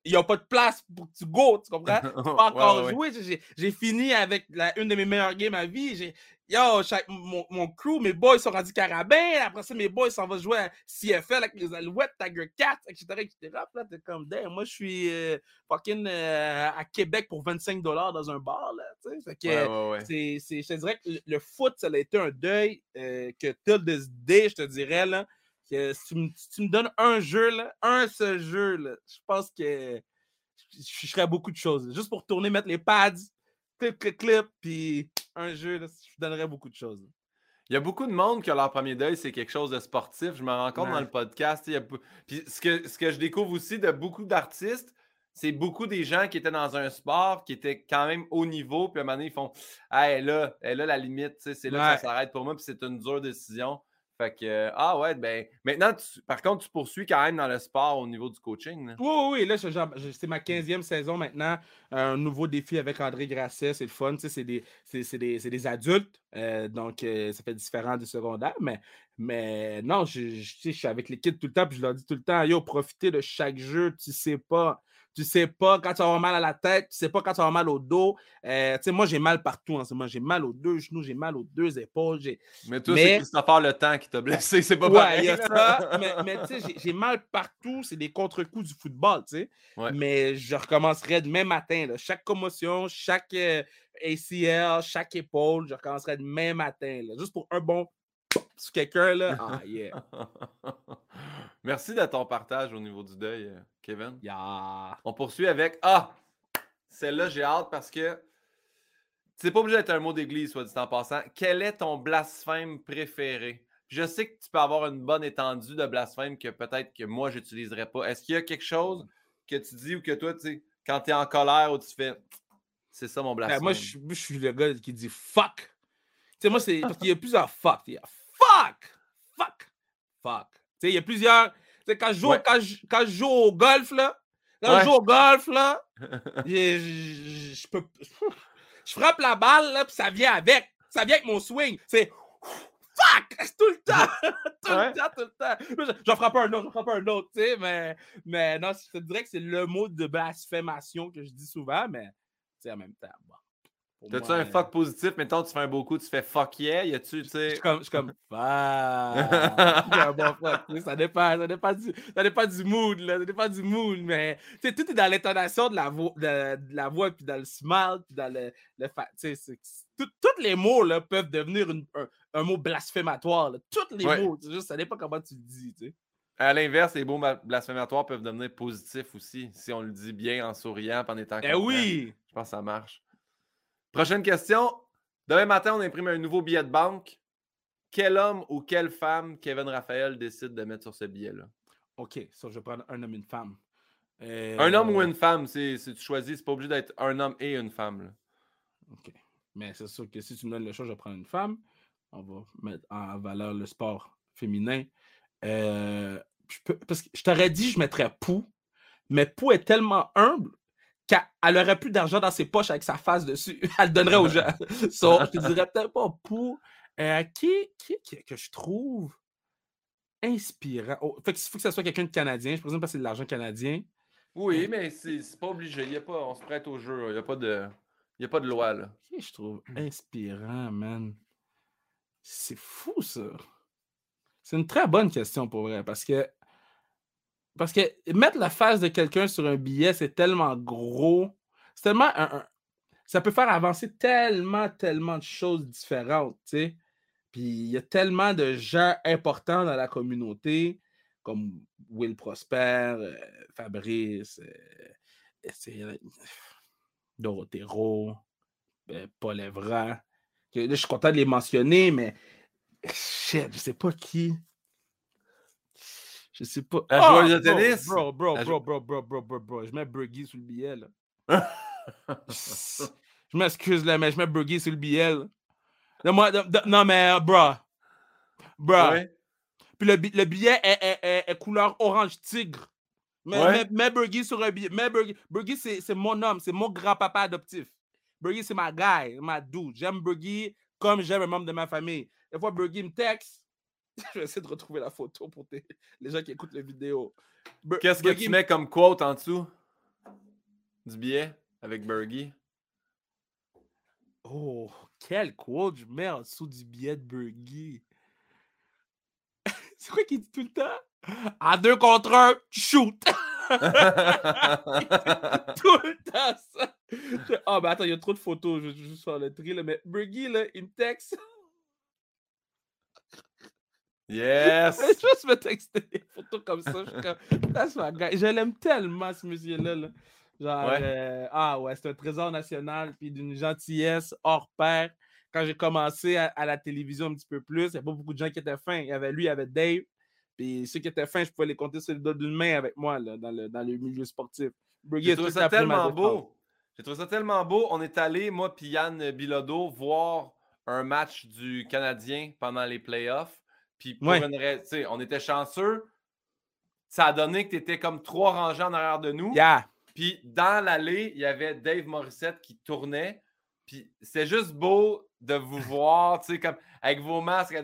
il n'y a pas de place pour que tu go, tu comprends? Tu peux encore Ouais. jouer. J'ai fini avec une de mes meilleures games à vie. Yo, mon crew, mes boys sont rendus carabins. Après ça, mes boys s'en vont jouer à CFL avec les Alouettes, Tiger Cats, etc. Puis là, t'es comme, damn, moi, je suis fucking à Québec pour 25$ dans un bar, là. Fait que Ouais. je te dirais que le foot, ça a été un deuil que till this day, je te dirais, là, que si tu me donnes un jeu, là, un seul jeu, là, je pense que je ferais beaucoup de choses. Juste pour tourner, mettre les pads, clip, puis un jeu, là, je donnerais beaucoup de choses. Il y a beaucoup de monde qui a leur premier deuil, c'est quelque chose de sportif. Je me rends compte dans le podcast. Puis ce que je découvre aussi de beaucoup d'artistes, c'est beaucoup des gens qui étaient dans un sport, qui étaient quand même haut niveau, puis à un moment donné, ils font hey, elle a la limite, c'est là que ça s'arrête pour moi, puis c'est une dure décision. Fait que, ben, maintenant, par contre, tu poursuis quand même dans le sport au niveau du coaching. Là. Oui, là, c'est ma 15e saison maintenant. Un nouveau défi avec André Grasset, c'est le fun. C'est des adultes, donc ça fait différent du secondaire. Mais non, je suis avec les kids tout le temps, puis je leur dis tout le temps, yo, profitez de chaque jeu, tu sais pas. Tu sais pas quand tu vas avoir mal à la tête, tu sais pas quand tu vas avoir mal au dos. Moi, j'ai mal partout en ce moment. J'ai mal aux 2 genoux, j'ai mal aux 2 épaules. Mais toi, c'est Christopher Le Temps qui t'a blessé, c'est pas pareil. Ouais, il y a ça. Mais tu sais, j'ai mal partout. C'est des contre-coups du football, tu sais. Ouais. Mais je recommencerai demain matin. Là. Chaque commotion, chaque ACL, chaque épaule, je recommencerai demain matin. Là. Juste pour un bon sur quelqu'un, là. Ah, yeah. Merci de ton partage au niveau du deuil, Kevin. Yeah. On poursuit avec celle-là, j'ai hâte parce que c'est pas obligé d'être un mot d'église, soit dit en passant. Quel est ton blasphème préféré? Je sais que tu peux avoir une bonne étendue de blasphème que peut-être que moi, j'utiliserais pas. Est-ce qu'il y a quelque chose que tu dis ou que toi, tu sais, quand tu es en colère ou tu fais c'est ça mon blasphème? Moi, je suis le gars qui dit fuck. Tu sais, moi, c'est parce qu'il y a plusieurs fuck. Il y a fuck. Tu sais, il y a plusieurs. Tu sais, quand je joue au golf, là, je peux. Je frappe la balle, là, puis ça vient avec. Ça vient avec mon swing. C'est fuck! Tout le temps! tout le temps. J'en frappe un autre, tu sais, mais non, je te dirais que c'est le mot de blasphémation que je dis souvent, mais tu sais, en même temps, bon. T'as-tu un fuck positif? Mettons, tu fais un beau coup, tu fais fuck yeah. Y a-tu, tu sais. Je suis comme fuck. Un bon fuck. Ça dépend du mood, là. Ça dépend du mood, mais tu sais, tout est dans l'intonation de la voix, puis dans le smile, puis dans le tu sais, tous les mots, là, peuvent devenir un mot blasphématoire, là. Tous les mots. Juste, ça dépend comment tu le dis, tu sais. À l'inverse, les mots blasphématoires peuvent devenir positifs aussi, si on le dit bien en souriant, en étant content. Oui! Je pense que ça marche. Prochaine question. Demain matin, on imprime un nouveau billet de banque. Quel homme ou quelle femme Kevin Raphaël décide de mettre sur ce billet-là? OK, ça, je vais prendre un homme et une femme. Un homme ou une femme, si tu choisis, c'est pas obligé d'être un homme et une femme. Là. OK. Mais c'est sûr que si tu me donnes le choix, je vais prendre une femme. On va mettre en valeur le sport féminin. Parce que je t'aurais dit je mettrais Pou, mais Pou est tellement humble qu'elle aurait plus d'argent dans ses poches avec sa face dessus. Elle le donnerait aux gens. Je te dirais peut-être pas Pou. Qui que je trouve inspirant? Fait qu'il faut que ce soit quelqu'un de Canadien. Je présume parce que c'est de l'argent canadien. Oui, mais c'est pas obligé. On se prête au jeu. Il n'y a pas de loi. Là. Qui je trouve inspirant, man? C'est fou, ça. C'est une très bonne question, pour vrai, parce que mettre la face de quelqu'un sur un billet, c'est tellement gros. C'est tellement ça peut faire avancer tellement de choses différentes, tu sais. Puis il y a tellement de gens importants dans la communauté, comme Will Prosper, Fabrice, Dorothée Rowe, Paul Evra. Là, je suis content de les mentionner, mais shit, je sais pas qui. Je sais pas. La joueuse de tennis? Bro. Je mets Bergie sur le billet, là. Je m'excuse, là, mais je mets Bergie sur le billet, là. Non, mais, bro. Ouais. Puis le billet est couleur orange tigre. Mets Bergie sur un billet. Bergie, c'est mon homme. C'est mon grand-papa adoptif. Bergie, c'est ma guy, ma dude. J'aime Bergie comme j'aime un membre de ma famille. Des fois, Bergie me texte. Je vais essayer de retrouver la photo pour les gens qui écoutent la vidéo. Qu'est-ce que tu mets comme quote en dessous? du billet avec Bergie? Oh, quel quote je mets en dessous du billet de Bergie. C'est quoi qu'il dit tout le temps? À 2 contre 1, shoot! Tout le temps ça. Ah, ben attends, il y a trop de photos. Je vais juste faire le tri, là. Mais Bergie, là, il me texte. Yes! Je juste me texter des photos comme ça. Je suis comme, that's my guy. Je l'aime tellement, ce monsieur-là. Là. Genre, Ouais. ah ouais, c'est un trésor national, puis d'une gentillesse hors pair. Quand j'ai commencé à la télévision un petit peu plus, il n'y a pas beaucoup de gens qui étaient fins. Il y avait lui, il y avait Dave. Puis ceux qui étaient fins, je pouvais les compter sur le dos d'une main avec moi là, dans le milieu sportif. J'ai trouvé ça tellement beau. J'ai trouvé ça tellement beau. On est allé, moi puis Yann Bilodeau, voir un match du Canadien pendant les playoffs. Puis pour Ouais. une raison, on était chanceux. Ça a donné que tu étais comme 3 rangées en arrière de nous. Yeah. Puis dans l'allée, il y avait Dave Morissette qui tournait. Puis c'est juste beau de vous voir, tu sais, comme avec vos masques à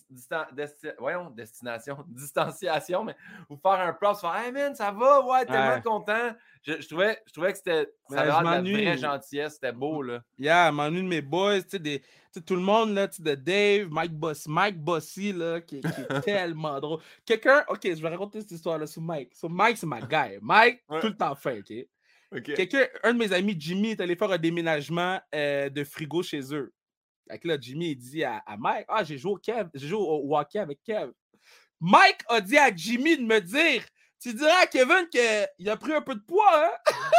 distanciation, mais vous faire un props, faire Hey man, ça va, ouais, tellement content. Je trouvais que ça avait l'air de la vraie gentillesse, c'était beau, là. Yeah, m'ennuie de mes boys, tu sais, tout le monde, là, tu sais, de Dave, Mike Bossy, là, qui est tellement drôle. Quelqu'un, ok, je vais raconter cette histoire-là sur Mike. So, Mike, c'est ma guy. Mike, Ouais. tout le temps fin, ok? Okay. Quelqu'un, un de mes amis, Jimmy, est allé faire un déménagement de frigo chez eux. Fait que là, Jimmy, il dit à Mike, ah, j'ai joué au hockey avec Kev. Mike a dit à Jimmy de me dire, tu diras à Kevin qu'il a pris un peu de poids, hein?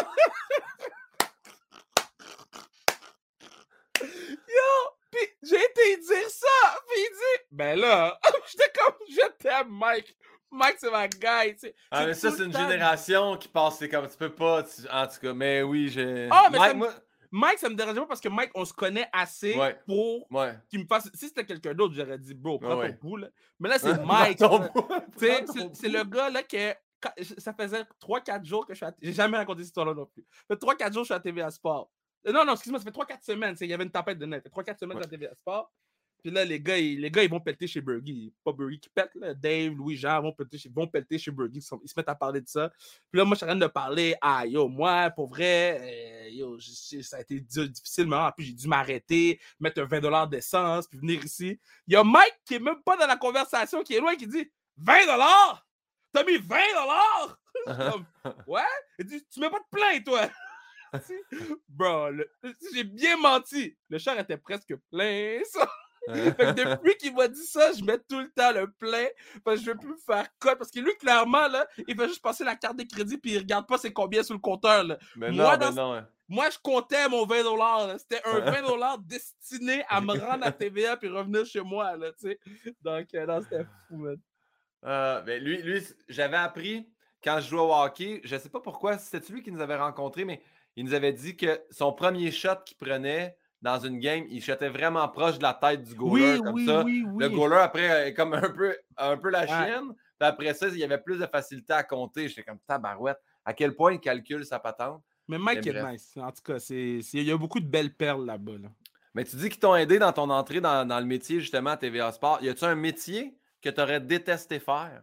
Yo! Puis j'ai été dire ça! Puis il dit, ben là, j'étais comme, je t'aime, Mike. Mike, c'est ma guy, tu sais. Ah, mais ça, c'est une génération qui passe, c'est comme, tu peux pas, en tout cas, mais oui, j'ai... Ah, mais Mike, ça me dérangeait pas parce que Mike, on se connaît assez pour qu'il me fasse... Si c'était quelqu'un d'autre, j'aurais dit, bro, prends ton pouls, là. Mais là, c'est Mike. C'est le gars, là, qui ça faisait 3-4 jours que je suis à... J'ai jamais raconté cette histoire-là non plus. Ça fait 3-4 jours que je suis à TVA Sport. Non, excuse-moi, ça fait 3-4 semaines. Il y avait une tempête de neige. Ça fait 3-4 semaines que je suis à TVA Sport. Puis là, les gars, ils vont pelleter chez Bergie. Pas Bergie qui pète, là. Dave, Louis-Jean vont pelleter chez Bergie. Ils se mettent à parler de ça. Puis là, moi, je suis en train de parler. Ah, yo, moi, pour vrai, ça a été difficile. Mais puis j'ai dû m'arrêter, mettre un 20$ d'essence, puis venir ici. Il y a Mike qui est même pas dans la conversation, qui est loin, qui dit 20$? T'as mis 20$? Comme, ouais? Il dit, tu mets pas de plein, toi. Bro, j'ai bien menti. Le char était presque plein, ça. Fait que depuis qu'il m'a dit ça, je mets tout le temps le plein parce que je veux plus me faire cote. Parce que lui, clairement, là, il fait juste passer la carte de crédit puis il regarde pas c'est combien sur le compteur. Là. Mais moi, non. Moi, je comptais mon 20$. C'était un 20$ destiné à me rendre à TVA puis revenir chez moi. Là, tu sais. Donc, non, c'était fou, man. Ben lui, j'avais appris quand je jouais au hockey, je sais pas pourquoi, c'était lui qui nous avait rencontrés, mais il nous avait dit que son premier shot qu'il prenait dans une game, il shotait vraiment proche de la tête du goaler, comme ça. Oui. Le goaler, après, est comme un peu la chienne. Puis après ça, il y avait plus de facilité à compter. J'étais comme tabarouette. À quel point il calcule sa patente. Mais Mike est nice. En tout cas, il y a beaucoup de belles perles là-bas. Là. Mais tu dis qu'ils t'ont aidé dans ton entrée dans le métier, justement, à TVA Sport. Y a-tu un métier que tu aurais détesté faire?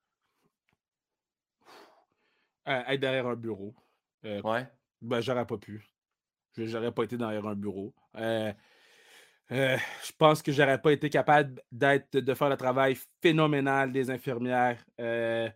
Être derrière un bureau. Ouais. Ben, j'aurais pas pu. J'aurais pas été derrière un bureau. Je pense que j'aurais pas été capable de faire le travail phénoménal des infirmières, de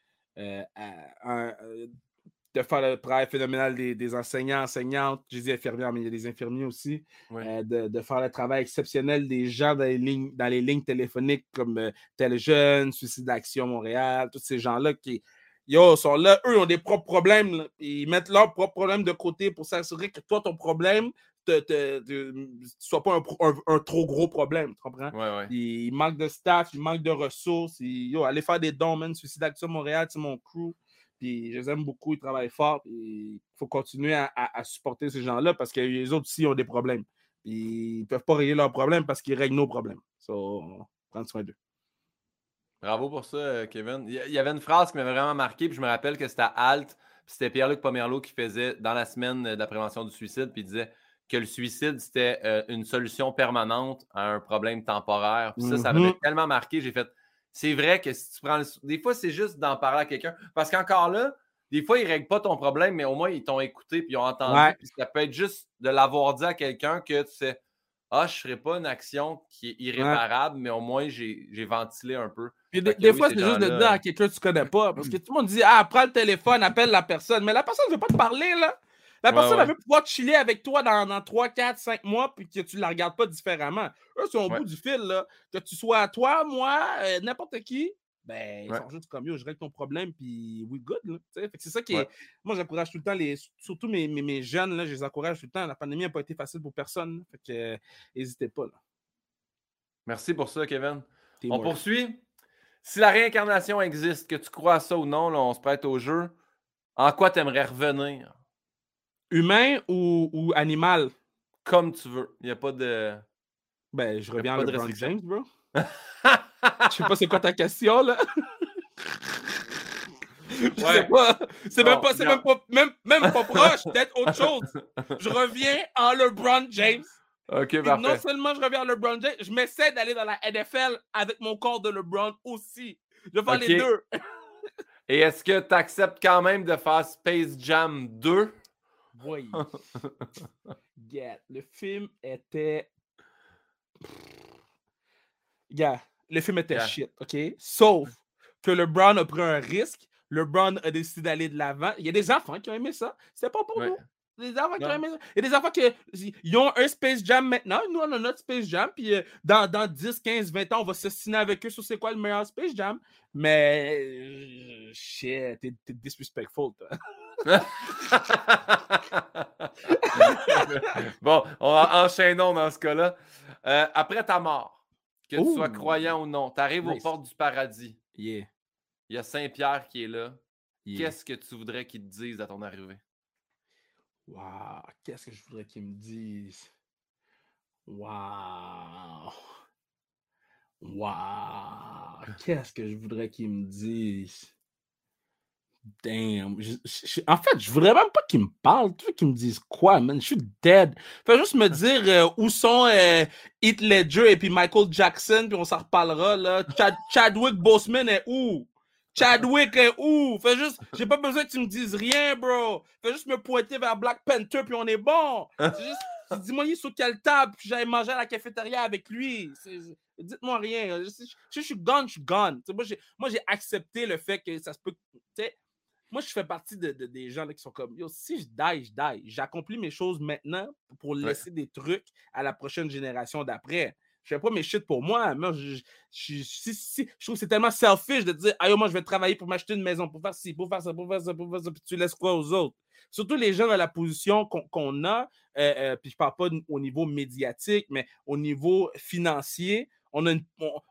faire le travail phénoménal des enseignants, enseignantes. J'ai dit infirmières, mais il y a des infirmiers aussi. Ouais. De faire le travail exceptionnel des gens dans les lignes téléphoniques comme Tel Jeune, Suicide d'Action Montréal, tous ces gens-là qui sont là, eux ont des propres problèmes. Là, ils mettent leurs propres problèmes de côté pour s'assurer que toi, ton problème ne soit pas un trop gros problème. Tu comprends? Ouais. Il manque de staff, il manque de ressources. Allez faire des dons, man. Suicide d'Action Montréal, c'est mon crew. Puis je les aime beaucoup, ils travaillent fort. Il faut continuer à supporter ces gens-là parce que les autres aussi ont des problèmes. Puis ils ne peuvent pas régler leurs problèmes parce qu'ils règlent nos problèmes. Prendre soin d'eux. Bravo pour ça, Kevin. Il y avait une phrase qui m'avait vraiment marqué, puis je me rappelle que c'était à Halt, puis c'était Pierre-Luc Pomerleau qui faisait dans la semaine de la prévention du suicide, puis il disait que le suicide, c'était une solution permanente à un problème temporaire. Puis ça m'avait tellement marqué. J'ai fait, c'est vrai que si tu prends des fois, c'est juste d'en parler à quelqu'un. Parce qu'encore là, des fois, ils ne règlent pas ton problème, mais au moins, ils t'ont écouté puis ils ont entendu. Ouais. Puis ça peut être juste de l'avoir dit à quelqu'un que tu sais, je ne ferai pas une action qui est irréparable, mais au moins, j'ai ventilé un peu. Puis des fois, c'est juste de dire à quelqu'un que tu connais pas. Parce que tout le monde dit, prends le téléphone, appelle la personne. Mais la personne ne veut pas te parler, là. La personne, elle veut pouvoir chiller avec toi dans 3, 4, 5 mois, puis que tu ne la regardes pas différemment. Eux, sont au bout du fil, là. Que tu sois toi, moi, n'importe qui, ben, ils sont juste comme, yo, je règle ton problème, puis we good, là. Fait que c'est ça qui est... Moi, j'encourage tout le temps, surtout mes jeunes, là, je les encourage tout le temps. La pandémie n'a pas été facile pour personne, là. Fait que, n'hésitez pas, là. Merci pour ça, Kevin. Teamwork. On poursuit. Si la réincarnation existe, que tu crois à ça ou non, là, on se prête au jeu, en quoi tu aimerais revenir? Humain ou animal? Comme tu veux. Il n'y a pas de... Ben, je reviens à LeBron James, bro. Je sais pas c'est quoi ta question, là. Je sais pas. C'est même pas proche d'être autre chose. Je reviens en LeBron James. OK, parfait. Non seulement je reviens en LeBron James, je m'essaie d'aller dans la NFL avec mon corps de LeBron aussi. Je vais faire les deux. Et est-ce que tu acceptes quand même de faire Space Jam 2? Oui. Le film était... le film était shit, OK? Sauf que LeBron a pris un risque. LeBron a décidé d'aller de l'avant. Il y a des enfants qui ont aimé ça. C'était pas pour nous. Des enfants qui ont aimé ça. Il y a des enfants qui ont un Space Jam maintenant. Nous, on a notre Space Jam. Puis dans 10, 15, 20 ans, on va s'assiner avec eux sur c'est quoi le meilleur Space Jam. Mais shit, t'es disrespectful, toi. Bon, enchaînons dans ce cas-là. Après ta mort, que tu sois croyant ou non, tu arrives aux portes du paradis. Yeah. Il y a Saint-Pierre qui est là. Qu'est-ce que tu voudrais qu'il te dise à ton arrivée? Wow, qu'est-ce que je voudrais qu'il me dise? Wow. Qu'est-ce que je voudrais qu'il me dise? Damn. En fait, je voudrais même pas qu'il me parle. Tu veux qu'il me dise quoi, man? Je suis dead. Fais juste me dire où sont Heath Ledger et puis Michael Jackson, puis on s'en reparlera, là. Chadwick Boseman est où? Chadwick est où? Fais juste... J'ai pas besoin que tu me dises rien, bro. Fais juste me pointer vers Black Panther, puis on est bon. C'est juste... Dis-moi, il est sur quelle table, puis j'allais manger à la cafétéria avec lui. Dites-moi rien. Je suis gone, je suis gone. Moi, j'ai accepté le fait que ça se peut... Moi, je fais partie des gens là, qui sont comme, yo, si je die, je die. J'accomplis mes choses maintenant pour laisser des trucs à la prochaine génération d'après. Je fais pas mes shit pour moi. Moi, je trouve que c'est tellement selfish de dire, moi, je vais travailler pour m'acheter une maison, pour faire ci, pour faire ça, puis tu laisses quoi aux autres? Surtout les gens dans la position qu'on a, puis je parle pas au niveau médiatique, mais au niveau financier, on a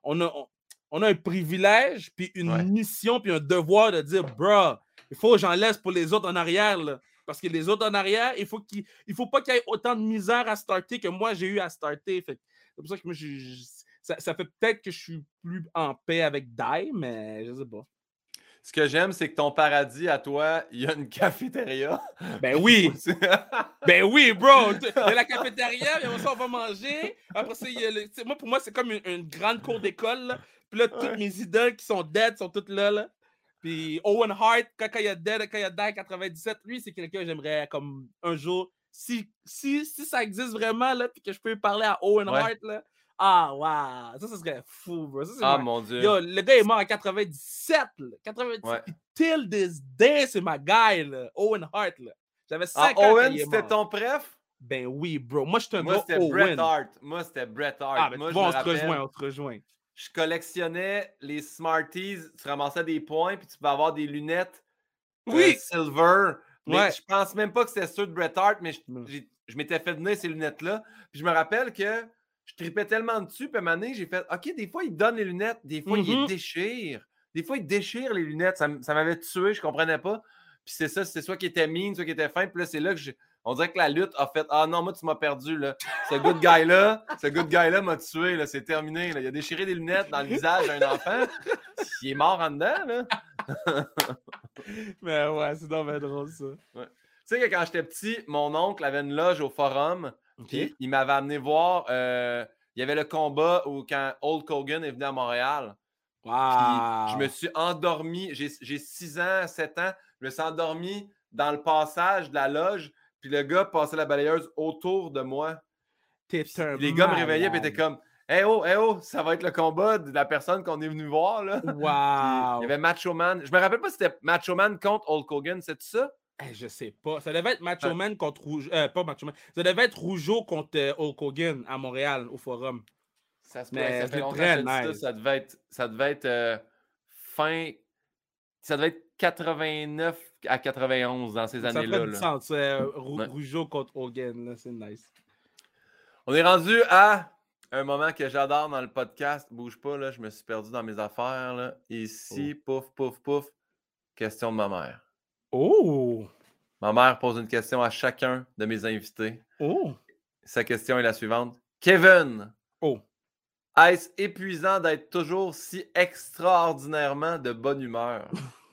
un privilège, puis une mission, puis un devoir de dire, bro, il faut que j'en laisse pour les autres en arrière, là. Parce que les autres en arrière, il faut pas qu'il y ait autant de misère à starter que moi, j'ai eu à starter. C'est pour ça que moi, ça fait peut-être que je suis plus en paix avec Die, mais je sais pas. Ce que j'aime, c'est que ton paradis, à toi, il y a une cafétéria. Ben oui! Ben oui, bro! Il y a la cafétéria, et après ça, on va manger. Après ça, pour moi, c'est comme une grande cour d'école, là. Puis là, toutes mes idoles qui sont dead sont toutes là, là. Puis Owen Hart, quand il a die 97, lui, c'est quelqu'un que j'aimerais comme un jour, si ça existe vraiment, là, puis que je peux parler à Owen Hart, là, wow, ça serait fou, bro. Mon Dieu. Yo, le gars est mort en 97, là. 97, puis till this day, c'est ma guy, là, Owen Hart, là. J'avais 5 ans Owen, c'était ton préf? Ben oui, bro. Moi, je suis un gars Owen. Moi, c'était Bret Hart. Ben, on se rejoint. Je collectionnais les Smarties, tu ramassais des points, puis tu pouvais avoir des lunettes silver. Mais je pense même pas que c'était ceux de Bret Hart, mais je m'étais fait donner ces lunettes-là. Puis je me rappelle que je tripais tellement dessus, puis à un moment donné, j'ai fait « OK, des fois, il donne les lunettes, des fois, il les déchire. Des fois, il déchire les lunettes. » Ça m'avait tué, je comprenais pas. Puis c'est ça, c'était soit qui était mean, soit qui était fin. Puis là, c'est là que on dirait que la lutte a fait « Ah non, moi, tu m'as perdu, là. Ce good guy-là m'a tué, là. C'est terminé, là. Il a déchiré des lunettes dans le visage d'un enfant. Il est mort en dedans, là. » Mais ouais, c'est dommage drôle, ça. Tu sais que quand j'étais petit, mon oncle avait une loge au Forum. Puis il m'avait amené voir... il y avait le combat où quand Hulk Hogan est venu à Montréal Puis je me suis endormi. J'ai 6 ans, 7 ans. Je me suis endormi dans le passage de la loge. Puis le gars passait la balayeuse autour de moi. T'es un Les gars me réveillaient et malade. étaient comme hey oh, ça va être le combat de la personne qu'on est venu voir. Là. Puis il y Wow! avait Macho Man. Je me rappelle pas si c'était Macho Man contre Hulk Hogan, c'est ça? Je sais pas. Ça devait être Macho Man contre Rougeau. Pas Macho Man. Ça devait être Rougeau contre Hulk Hogan à Montréal, au Forum. Ça se Mais ça fait c'est longtemps très que je te dis nice. ça devait être fin. Ça devait être 89 à 91 dans ces Ça fait années-là. du Là. sens. Ouais. Rougeau contre Hogan, là, c'est nice. On est rendu à un moment que j'adore dans le podcast. Bouge pas, là, je me suis perdu dans mes affaires. Là. Ici, pouf, pouf, pouf. Question de ma mère. Oh! Ma mère pose une question à chacun de mes invités. Oh! Sa question est la suivante. Kevin, Oh! est-ce épuisant d'être toujours si extraordinairement de bonne humeur?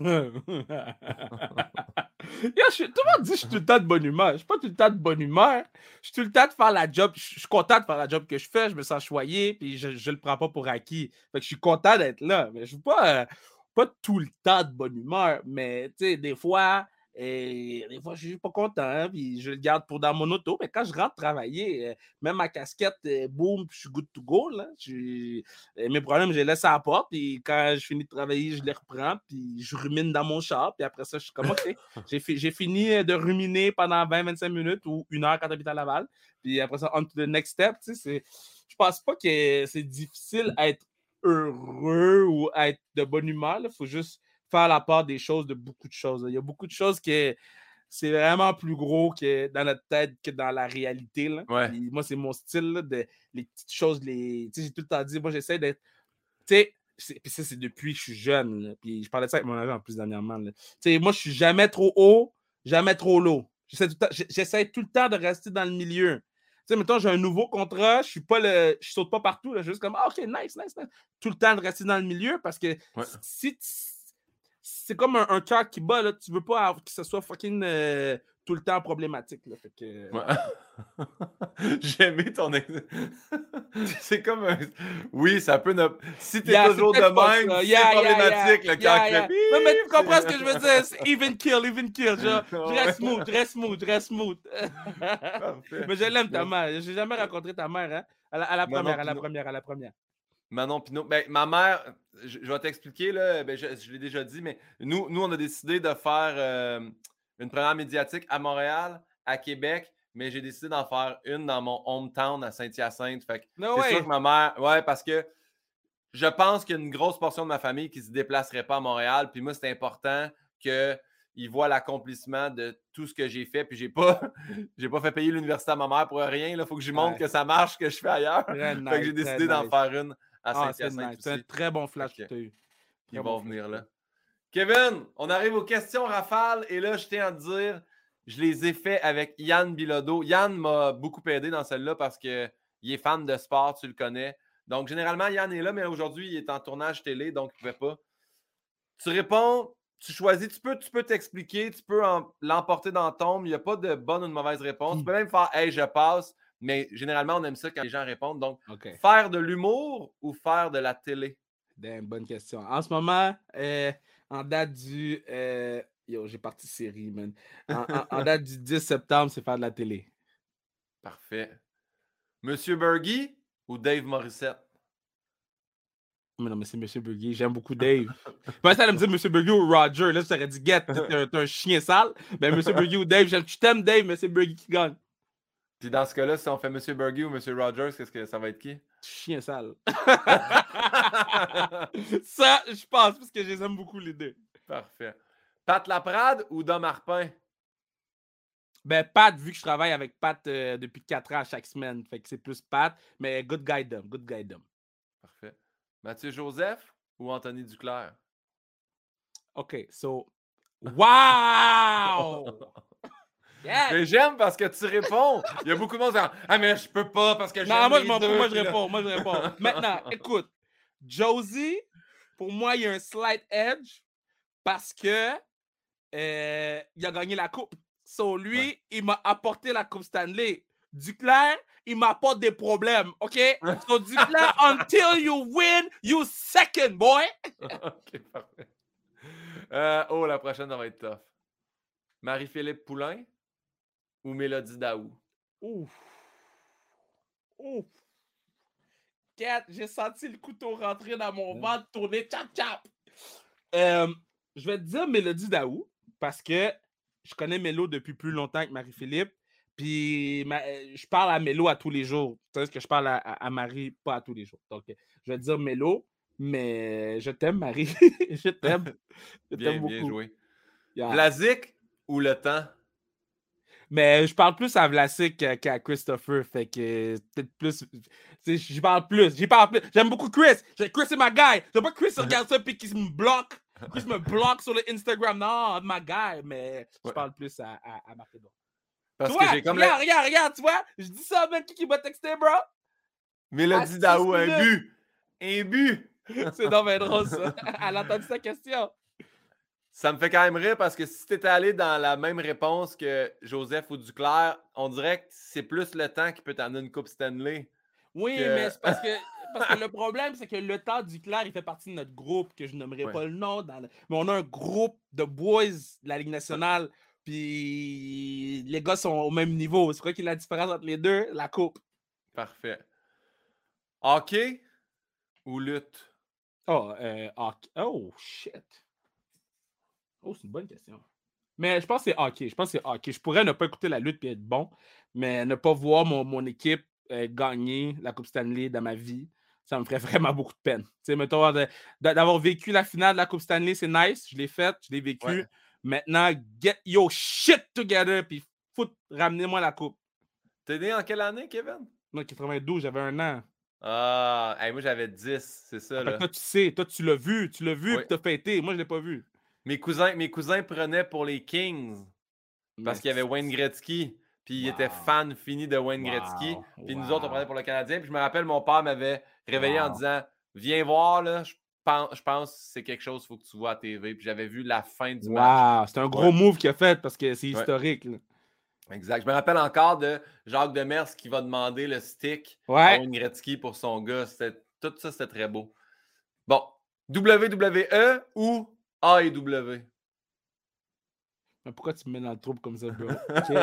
Tout le monde dit que je suis tout le temps de bonne humeur. Je suis pas tout le temps de bonne humeur. Je suis tout le temps de faire la job. Je suis content de faire la job que je fais. Je me sens choyé. Puis je le prends pas pour acquis. Fait que je suis content d'être là. Mais je suis pas tout le temps de bonne humeur. Mais tu sais, des fois, je suis pas content. Puis je le garde pour dans mon auto. Mais quand je rentre travailler, même ma casquette, boum, puis je suis good to go. Là. Mes problèmes, je les laisse à la porte. Puis quand je finis de travailler, je les reprends. Puis je rumine dans mon char. Puis après ça, je suis comme OK. J'ai fini de ruminer pendant 20-25 minutes ou 1 heure quand j'habite à Laval. Puis après ça, on to the next step. Je pense pas que c'est difficile à être heureux ou à être de bonne humeur. Il faut juste faire la part des choses, de beaucoup de choses. Il y a beaucoup de choses que c'est vraiment plus gros que dans notre tête que dans la réalité. Là. Ouais. Puis moi, c'est mon style, là, les petites choses. J'ai tout le temps dit, moi, j'essaie d'être. Puis ça, c'est depuis que je suis jeune. Là. Puis je parlais de ça avec mon ami en plus dernièrement. Là. Moi, je suis jamais trop haut, jamais trop low. J'essaie tout le temps de rester dans le milieu. Mettons, j'ai un nouveau contrat, je saute pas partout, là, juste comme, OK, nice. Tout le temps de rester dans le milieu parce que si c'est comme un cœur qui bat, là, tu veux pas que ce soit fucking tout le temps problématique. Là, fait que, J'ai aimé ton c'est comme un... Oui, ça peut... Si t'es toujours de même, c'est problématique, le cœur qui fait... Non, mais tu comprends ce que je veux dire? C'est even kill. Genre, je reste smooth. Mais je l'aime, ta mère. J'ai jamais rencontré ta mère, hein? À la première. Manon Pinot. Ben, ma mère, je vais t'expliquer, là, ben, je l'ai déjà dit, mais nous, on a décidé de faire une première médiatique à Montréal, à Québec, mais j'ai décidé d'en faire une dans mon hometown à Saint-Hyacinthe. Fait que c'est sûr que ma mère, ouais, parce que je pense qu'il y a une grosse portion de ma famille qui ne se déplacerait pas à Montréal. Puis moi, c'est important qu'ils voient l'accomplissement de tout ce que j'ai fait. Puis j'ai pas fait payer l'université à ma mère pour rien. Il faut que je lui montre que ça marche, que je fais ailleurs. Fait que j'ai décidé d'en faire une à Saint-Hyacinthe. C'est un très bon flash que tu as eu. Ils vont venir là. Kevin, on arrive aux questions rafales. Et là, je tiens à te dire, je les ai fait avec Yann Bilodeau. Yann m'a beaucoup aidé dans celle-là parce qu'il est fan de sport, tu le connais. Donc, généralement, Yann est là, mais aujourd'hui, il est en tournage télé, donc il ne pouvait pas. Tu réponds, tu choisis, tu peux t'expliquer, tu peux l'emporter dans ton, il n'y a pas de bonne ou de mauvaise réponse. Tu peux même faire « Hey, je passe », mais généralement, on aime ça quand les gens répondent. Donc, faire de l'humour ou faire de la télé? Bonne question. En ce moment, en date du... j'ai parti série, man. En date du 10 septembre, c'est faire de la télé. Parfait. Monsieur Bergy ou Dave Morissette? Mais non, mais c'est Monsieur Bergy. J'aime beaucoup Dave. Pas ça de me dire Monsieur Bergy ou Roger. Là, je t'aurais dit, t'es un chien sale. Mais Monsieur Bergy ou Dave, tu t'aimes Dave, mais c'est Bergy qui gagne. Puis dans ce cas-là, si on fait Monsieur Bergy ou Monsieur Rogers, qu'est-ce que ça va être qui? Chien sale. Ça, je pense, parce que je les aime beaucoup les deux. Parfait. Pat Laprade ou Dom Arpin? Ben, Pat, vu que je travaille avec Pat depuis 4 ans chaque semaine, fait que c'est plus Pat, mais good guy Dom. Parfait. Mathieu Joseph ou Anthony Duclair? OK, so... Wow! Yeah. Mais j'aime parce que tu réponds. Il y a beaucoup de monde qui disent « Ah, mais je peux pas parce que j'aime non, moi, les je deux. » Moi, je réponds. Maintenant, écoute. Josie, pour moi, il y a un slight edge parce que il a gagné la coupe. So, lui, il m'a apporté la coupe Stanley. Duclair, il m'apporte des problèmes, OK? So, Duclair, until you win, you second, boy! OK, parfait. La prochaine, ça va être tough. Marie-Philippe Poulain ou Mélodie Daou? Ouf. Ouf. Kat, j'ai senti le couteau rentrer dans mon ventre, tourner, tchap, tchap! Je vais te dire Mélodie Daou, parce que je connais Mélo depuis plus longtemps que Marie-Philippe, puis je parle à Mélo à tous les jours. Tu sais que je parle à Marie pas à tous les jours. Donc, je vais te dire Mélo, mais je t'aime, Marie. Je t'aime. Je t'aime beaucoup. Bien joué. Yeah. Vlasic ou Le Temps? Mais je parle plus à Vlasic qu'à Christopher. Fait que peut-être plus. J'y parle plus. J'aime beaucoup Chris. Chris est ma guy. J'aime pas Chris regarde ça et qu'il me bloque. Chris me bloque sur le Instagram. Non, ma guy. Mais je parle plus à Marc-Edouard. Parce tu vois, que j'ai comme regarde, tu vois. Je dis ça, mec, qui m'a texté, bro? Mélodie Daou, un but. Un but. C'est donc bien drôle, ça. Elle a entendu sa question. Ça me fait quand même rire parce que si tu étais allé dans la même réponse que Joseph ou Duclair, on dirait que c'est plus Le Temps qui peut t'amener une Coupe Stanley. Oui, mais c'est parce que le problème, c'est que Le Temps Duclair, il fait partie de notre groupe, que je nommerai pas le nom. Mais on a un groupe de boys de la Ligue nationale, puis les gars sont au même niveau. C'est quoi qui est la différence entre les deux? La coupe. Parfait. Hockey ou lutte? Hockey. Oh, shit. Oh, c'est une bonne question. Mais je pense que c'est hockey. Je pourrais ne pas écouter la lutte et être bon, mais ne pas voir mon équipe gagner la Coupe Stanley dans ma vie, ça me ferait vraiment beaucoup de peine. Tu sais, mettons, d'avoir vécu la finale de la Coupe Stanley, c'est nice. Je l'ai faite, je l'ai vécu. Ouais. Maintenant, get your shit together puis ramenez-moi la coupe. T'es né en quelle année, Kevin? Moi, 92, j'avais 1 an. Ah, moi j'avais 10, c'est ça. Là. Toi, tu sais, toi, tu l'as vu et t'as fêté. Moi, je l'ai pas vu. Mes cousins prenaient pour les Kings parce qu'il y avait Wayne Gretzky. Puis ils étaient fans finis de Wayne Gretzky. Puis nous autres, on prenait pour le Canadien. Puis je me rappelle, mon père m'avait réveillé en disant viens voir, là, je pense que c'est quelque chose qu'il faut que tu vois à TV. Puis j'avais vu la fin du match. C'est un gros move qu'il a fait parce que c'est historique. Là. Exact. Je me rappelle encore de Jacques Demers qui va demander le stick à Wayne Gretzky pour son gars. Tout ça, c'était très beau. Bon, WWE ou AEW? Mais pourquoi tu me mets dans le trouble comme ça, bro? Okay,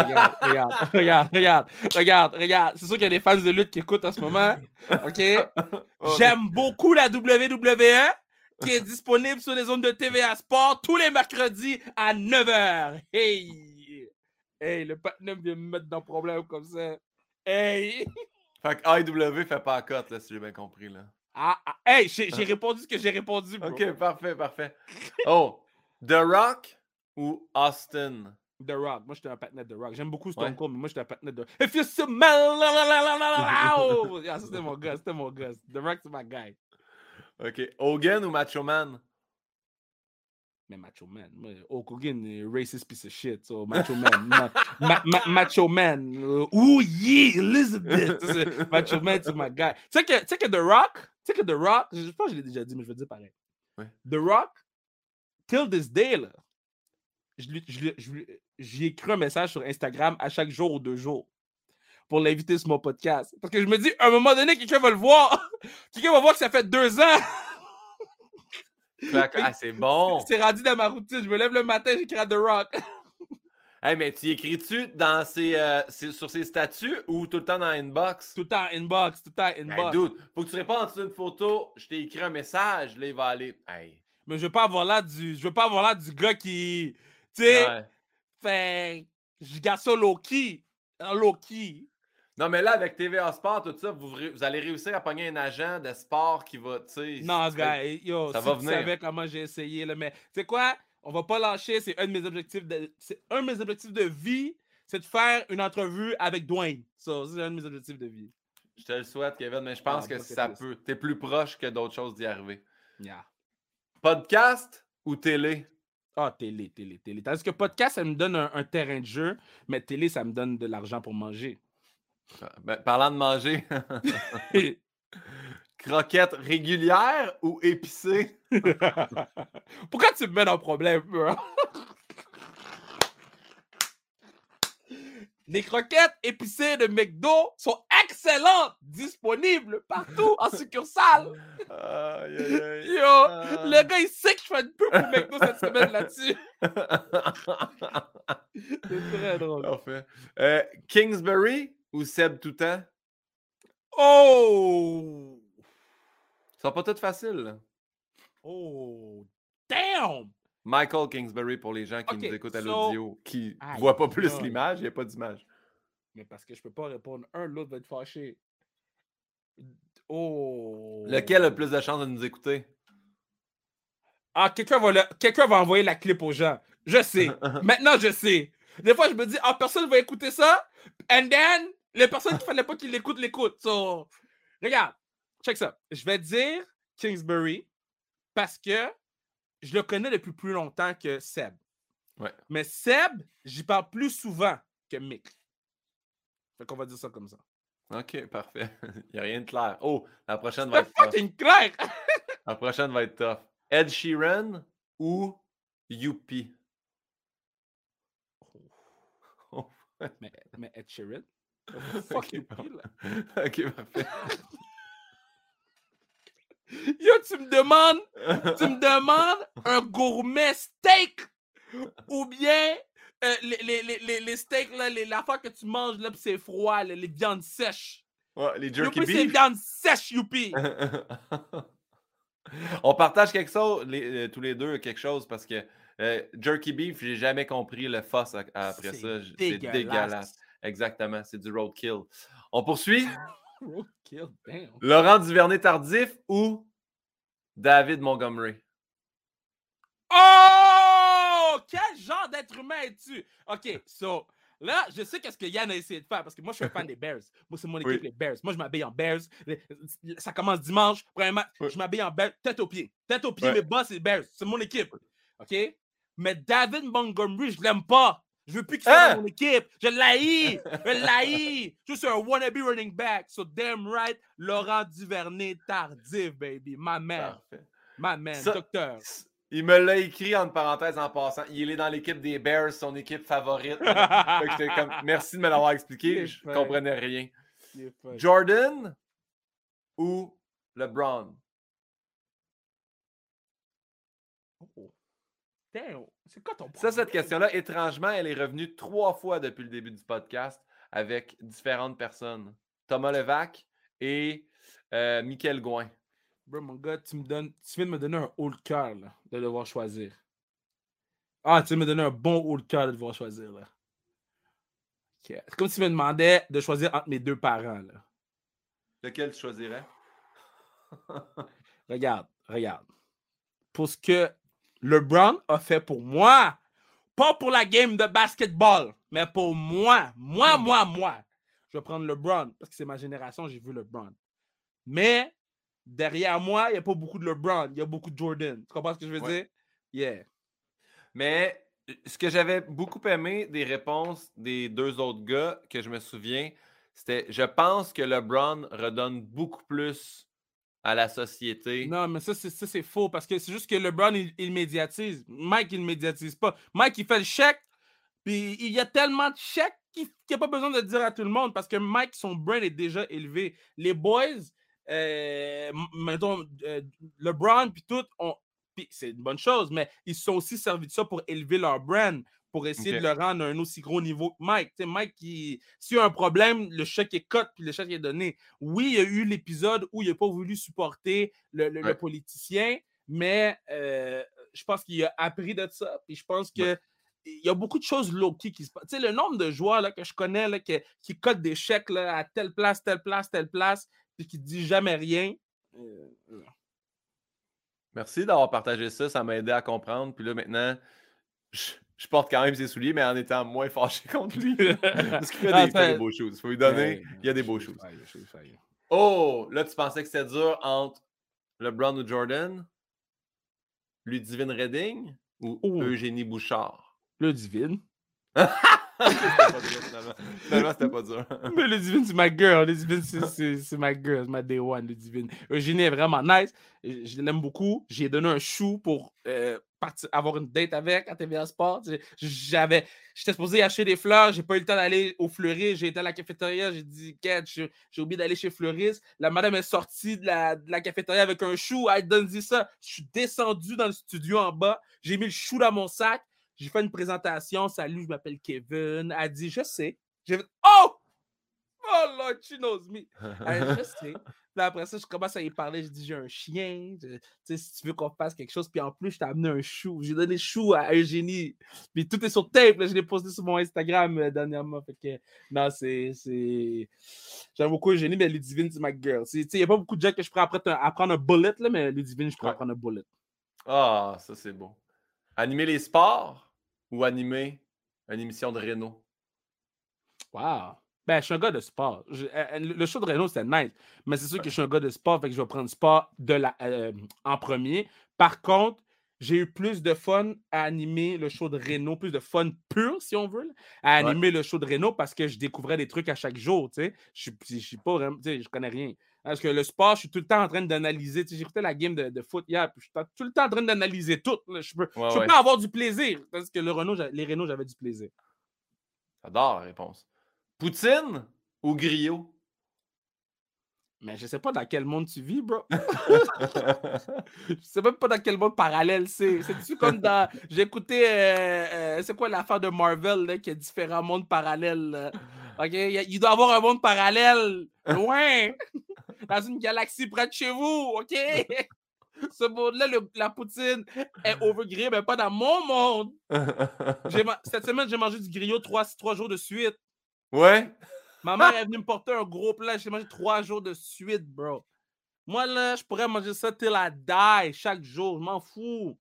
regarde. C'est sûr qu'il y a des fans de lutte qui écoutent en ce moment. OK? J'aime beaucoup la WWE qui est disponible sur les zones de TVA Sport tous les mercredis à 9h. Hey, le partenaire vient me mettre dans le problème comme ça. Hey! Fait que AEW fait pas la cote, là, si j'ai bien compris, là. Hey, j'ai répondu ce que j'ai répondu, bro. OK, parfait. Oh, The Rock ou Austin? The Rock. Moi, j'étais un partenaire de The Rock. J'aime beaucoup Stone Cold, mais moi, j'étais un partenaire de... If you smell... Yeah, c'était mon gars. The Rock, c'est ma guy. OK. Hogan ou Macho Man? Mais Macho Man. Hogan est racist piece of shit. So, Macho Man. Macho Man. Ooh, yeah, Elizabeth. Macho Man, c'est ma guy. Tu sais que The Rock... Je pense que je l'ai déjà dit, mais je vais dire pareil. Ouais. The Rock, till this day, là, j'ai écrit un message sur Instagram à chaque jour ou 2 jours pour l'inviter sur mon podcast. Parce que je me dis, à un moment donné, quelqu'un va le voir. Quelqu'un va voir que ça fait 2 ans. C'est bon. C'est rendu dans ma routine. Je me lève le matin, j'écris à The Rock. Hey, mais tu écris-tu dans sur ses statuts ou tout le temps dans inbox? Tout le temps inbox. Hey, dude, faut que tu répondes en dessous d'une photo. Je t'ai écrit un message. Là, il va aller. Hey. Mais je veux pas avoir l'air du gars qui... Tu sais, fait... Je garde ça low-key. Non, mais là, avec TVA Sport, tout ça, vous allez réussir à pogner un agent de sport qui va, tu sais... Non, gars, yo, ça si va tu venir. savais comment j'ai essayé, là, mais tu sais quoi? On va pas lâcher, c'est un de mes objectifs de vie, c'est de faire une entrevue avec Dwayne. Ça, c'est un de mes objectifs de vie. Je te le souhaite, Kevin, mais je pense que ça peut. T'es plus proche que d'autres choses d'y arriver. Yeah. Podcast ou télé? Télé. Tandis que podcast, ça me donne un terrain de jeu, mais télé, ça me donne de l'argent pour manger. Ben, parlant de manger, croquettes régulières ou épicées? Pourquoi tu me mets dans le problème, bro? Les croquettes épicées de McDo sont excellentes, disponibles partout en succursale. Aïe, aïe, aïe. Yo, le gars, il sait que je fais une pub pour McDo cette semaine là-dessus. C'est très drôle. Parfait. Kingsbury ou Seb Toutan? Oh! Ils sont pas toutes faciles. Là. Oh! Damn! Michael Kingsbury pour les gens qui Ok, nous écoutent à so- l'audio, qui Aïe, voient pas plus aïe. l'image, il n'y a pas d'image. Mais parce que je peux pas répondre un, l'autre va être fâché. Oh! Lequel a le plus de chances de nous écouter? Ah, quelqu'un va envoyer la clip aux gens. Je sais. Maintenant, je sais. Des fois, je me dis, ah, personne va écouter ça. And then, les personnes qui fallait pas qu'ils l'écoutent. So, regarde, check ça. Je vais dire Kingsbury parce que je le connais depuis plus longtemps que Seb. Ouais. Mais Seb, j'y parle plus souvent que Mick. Fait qu'on va dire ça comme ça. Ok, parfait. Il n'y a rien de clair. Oh, la prochaine va C'est être tough. fucking clair! La prochaine va être tough. Ed Sheeran ou Youpi? Oh. mais Ed Sheeran? Fuck Ok, you, bon. là. Ok, parfait. Yo, tu me demandes un gourmet steak ou bien les steaks, là, l'affaire que tu manges, là, pis c'est froid, là, les viandes sèches. Ouais, les jerky Youpi, c'est beef. viande sèche, youpi. On partage quelque chose, tous les deux, quelque chose, parce que jerky beef, j'ai jamais compris le fuss après ça. C'est dégueulasse. Exactement, c'est du roadkill. On poursuit. Roadkill, damn. Laurent Duvernay-Tardif ou David Montgomery? Oh! Quel genre d'être humain es-tu? OK, so, là, je sais qu'est-ce que Yann a essayé de faire parce que moi, je suis un fan des Bears. Moi, c'est mon équipe, Oui. les Bears. Moi, je m'habille en Bears. Ça commence dimanche. Premièrement, Oui. je m'habille en Bears. Tête aux pieds. Tête aux pieds, Ouais. mes boss, c'est les Bears. C'est mon équipe. OK? Mais David Montgomery, je l'aime pas. Je veux plus qu'il soit dans mon équipe. Je l'haïs. Je l'haïs. Je suis un wannabe running back. So, damn right, Laurent Duvernay-Tardif, baby. My man. Parfait. My man, Ça, docteur. Il me l'a écrit entre parenthèses en passant. Il est dans l'équipe des Bears, son équipe favorite. Fait que j'étais comme, merci de me l'avoir expliqué. Je ne comprenais rien. Jordan ou LeBron? Oh. Damn. C'est quoi ton Ça, problème? cette question-là, étrangement, elle est revenue 3 fois depuis le début du podcast avec différentes personnes. Thomas Levac et Mickaël Gouin. Bro, mon gars, tu viens de me donner un haut le cœur là, de devoir choisir. Ah, tu viens de me donner un bon haut le cœur de devoir choisir. Là. Okay. C'est comme si tu me demandais de choisir entre mes deux parents. Là. Lequel tu choisirais? Regarde. Pour ce que LeBron a fait pour moi, pas pour la game de basketball, mais pour moi. Je vais prendre LeBron parce que c'est ma génération, j'ai vu LeBron. Mais derrière moi, il n'y a pas beaucoup de LeBron, il y a beaucoup de Jordan. Tu comprends ce que je veux dire? Yeah. Mais ce que j'avais beaucoup aimé des réponses des deux autres gars que je me souviens, c'était je pense que LeBron redonne beaucoup plus à la société. Non, mais ça c'est faux parce que c'est juste que LeBron, il médiatise. Mike, il ne médiatise pas. Mike, il fait le chèque, puis il y a tellement de chèques qu'il n'y a pas besoin de dire à tout le monde parce que Mike, son brain est déjà élevé. Les boys, mettons, LeBron, puis tout, puis c'est une bonne chose, mais ils se sont aussi servis de ça pour élever leur brand, pour essayer de le rendre à un aussi gros niveau que Mike. T'sais, Mike, s'il y a un problème, le chèque est cut, puis le chèque est donné. Oui, il y a eu l'épisode où il n'a pas voulu supporter le politicien, mais je pense qu'il a appris de ça, puis je pense que il y a beaucoup de choses low-key qui se passent. Tu sais, le nombre de joueurs là, que je connais là, qui cotent des chèques là, à telle place, puis qui ne disent jamais rien. Merci d'avoir partagé ça. Ça m'a aidé à comprendre. Puis là, maintenant, je porte quand même ses souliers, mais en étant moins fâché contre lui. Parce qu'il fait des beaux choses. Il faut lui donner. Il y a des beaux choses. Oh, là, tu pensais que c'était dur entre LeBron ou Jordan? Ludivine Redding ou Eugénie Bouchard? Ludivine. C'était pas dur, finalement, c'était pas dur. Mais Ludivine, c'est ma girl. Ludivine, c'est ma girl. C'est ma day one, Ludivine. Eugénie est vraiment nice. Je l'aime beaucoup. J'ai donné un chou pour avoir une date avec à TVA Sport. J'étais supposé acheter des fleurs, j'ai pas eu le temps d'aller au fleuriste, j'ai été à la cafétéria, j'ai dit, j'ai oublié d'aller chez le fleuriste. La madame est sortie de la cafétéria avec un chou, elle donne ça. Je suis descendu dans le studio en bas, j'ai mis le chou dans mon sac, j'ai fait une présentation, salut, je m'appelle Kevin. Elle dit, je sais. J'ai fait, oh! Oh Lord, she knows me. Je sais. Puis après ça, je commence à y parler. Je dis, j'ai un chien. Tu sais, si tu veux qu'on fasse quelque chose. Puis en plus, je t'ai amené un chou. J'ai donné le chou à Eugénie. Puis tout est sur tape. Là. Je l'ai posté sur mon Instagram dernièrement. Fait que, non, j'aime beaucoup Eugénie, mais Ludivine, c'est ma girl. Il n'y a pas beaucoup de gens que je pourrais apprendre un bullet, là, mais Ludivine, je pourrais apprendre un bullet. Ah, ça, c'est beau. Animer les sports ou animer une émission de Renault? Wow. Ben, je suis un gars de sport. Le show de Renault, c'était nice. Mais c'est sûr que je suis un gars de sport, fait que je vais prendre sport en premier. Par contre, j'ai eu plus de fun à animer le show de Renault, plus de fun pur, si on veut, là, à animer le show de Renault parce que je découvrais des trucs à chaque jour. Je suis pas vraiment, je connais rien. Parce que le sport, je suis tout le temps en train d'analyser. J'écoutais la game de foot hier, puis je suis tout le temps en train d'analyser tout. Là. Je peux pas avoir du plaisir. Parce que les Renault, j'avais du plaisir. J'adore la réponse. Poutine ou griot? Mais je sais pas dans quel monde tu vis, bro. Je sais même pas dans quel monde parallèle c'est. C'est-tu comme dans... J'ai écouté... c'est quoi l'affaire de Marvel, là, qui a différents mondes parallèles, là. OK? Il doit y avoir un monde parallèle, loin, dans une galaxie près de chez vous, OK? Ce monde-là, la poutine est overgrillée, mais pas dans mon monde. Cette semaine, j'ai mangé du griot 3 jours de suite. Ouais? Ma mère est venue me porter un gros plat. J'ai mangé 3 jours de suite, bro. Moi, là, je pourrais manger ça till I die chaque jour. Je m'en fous.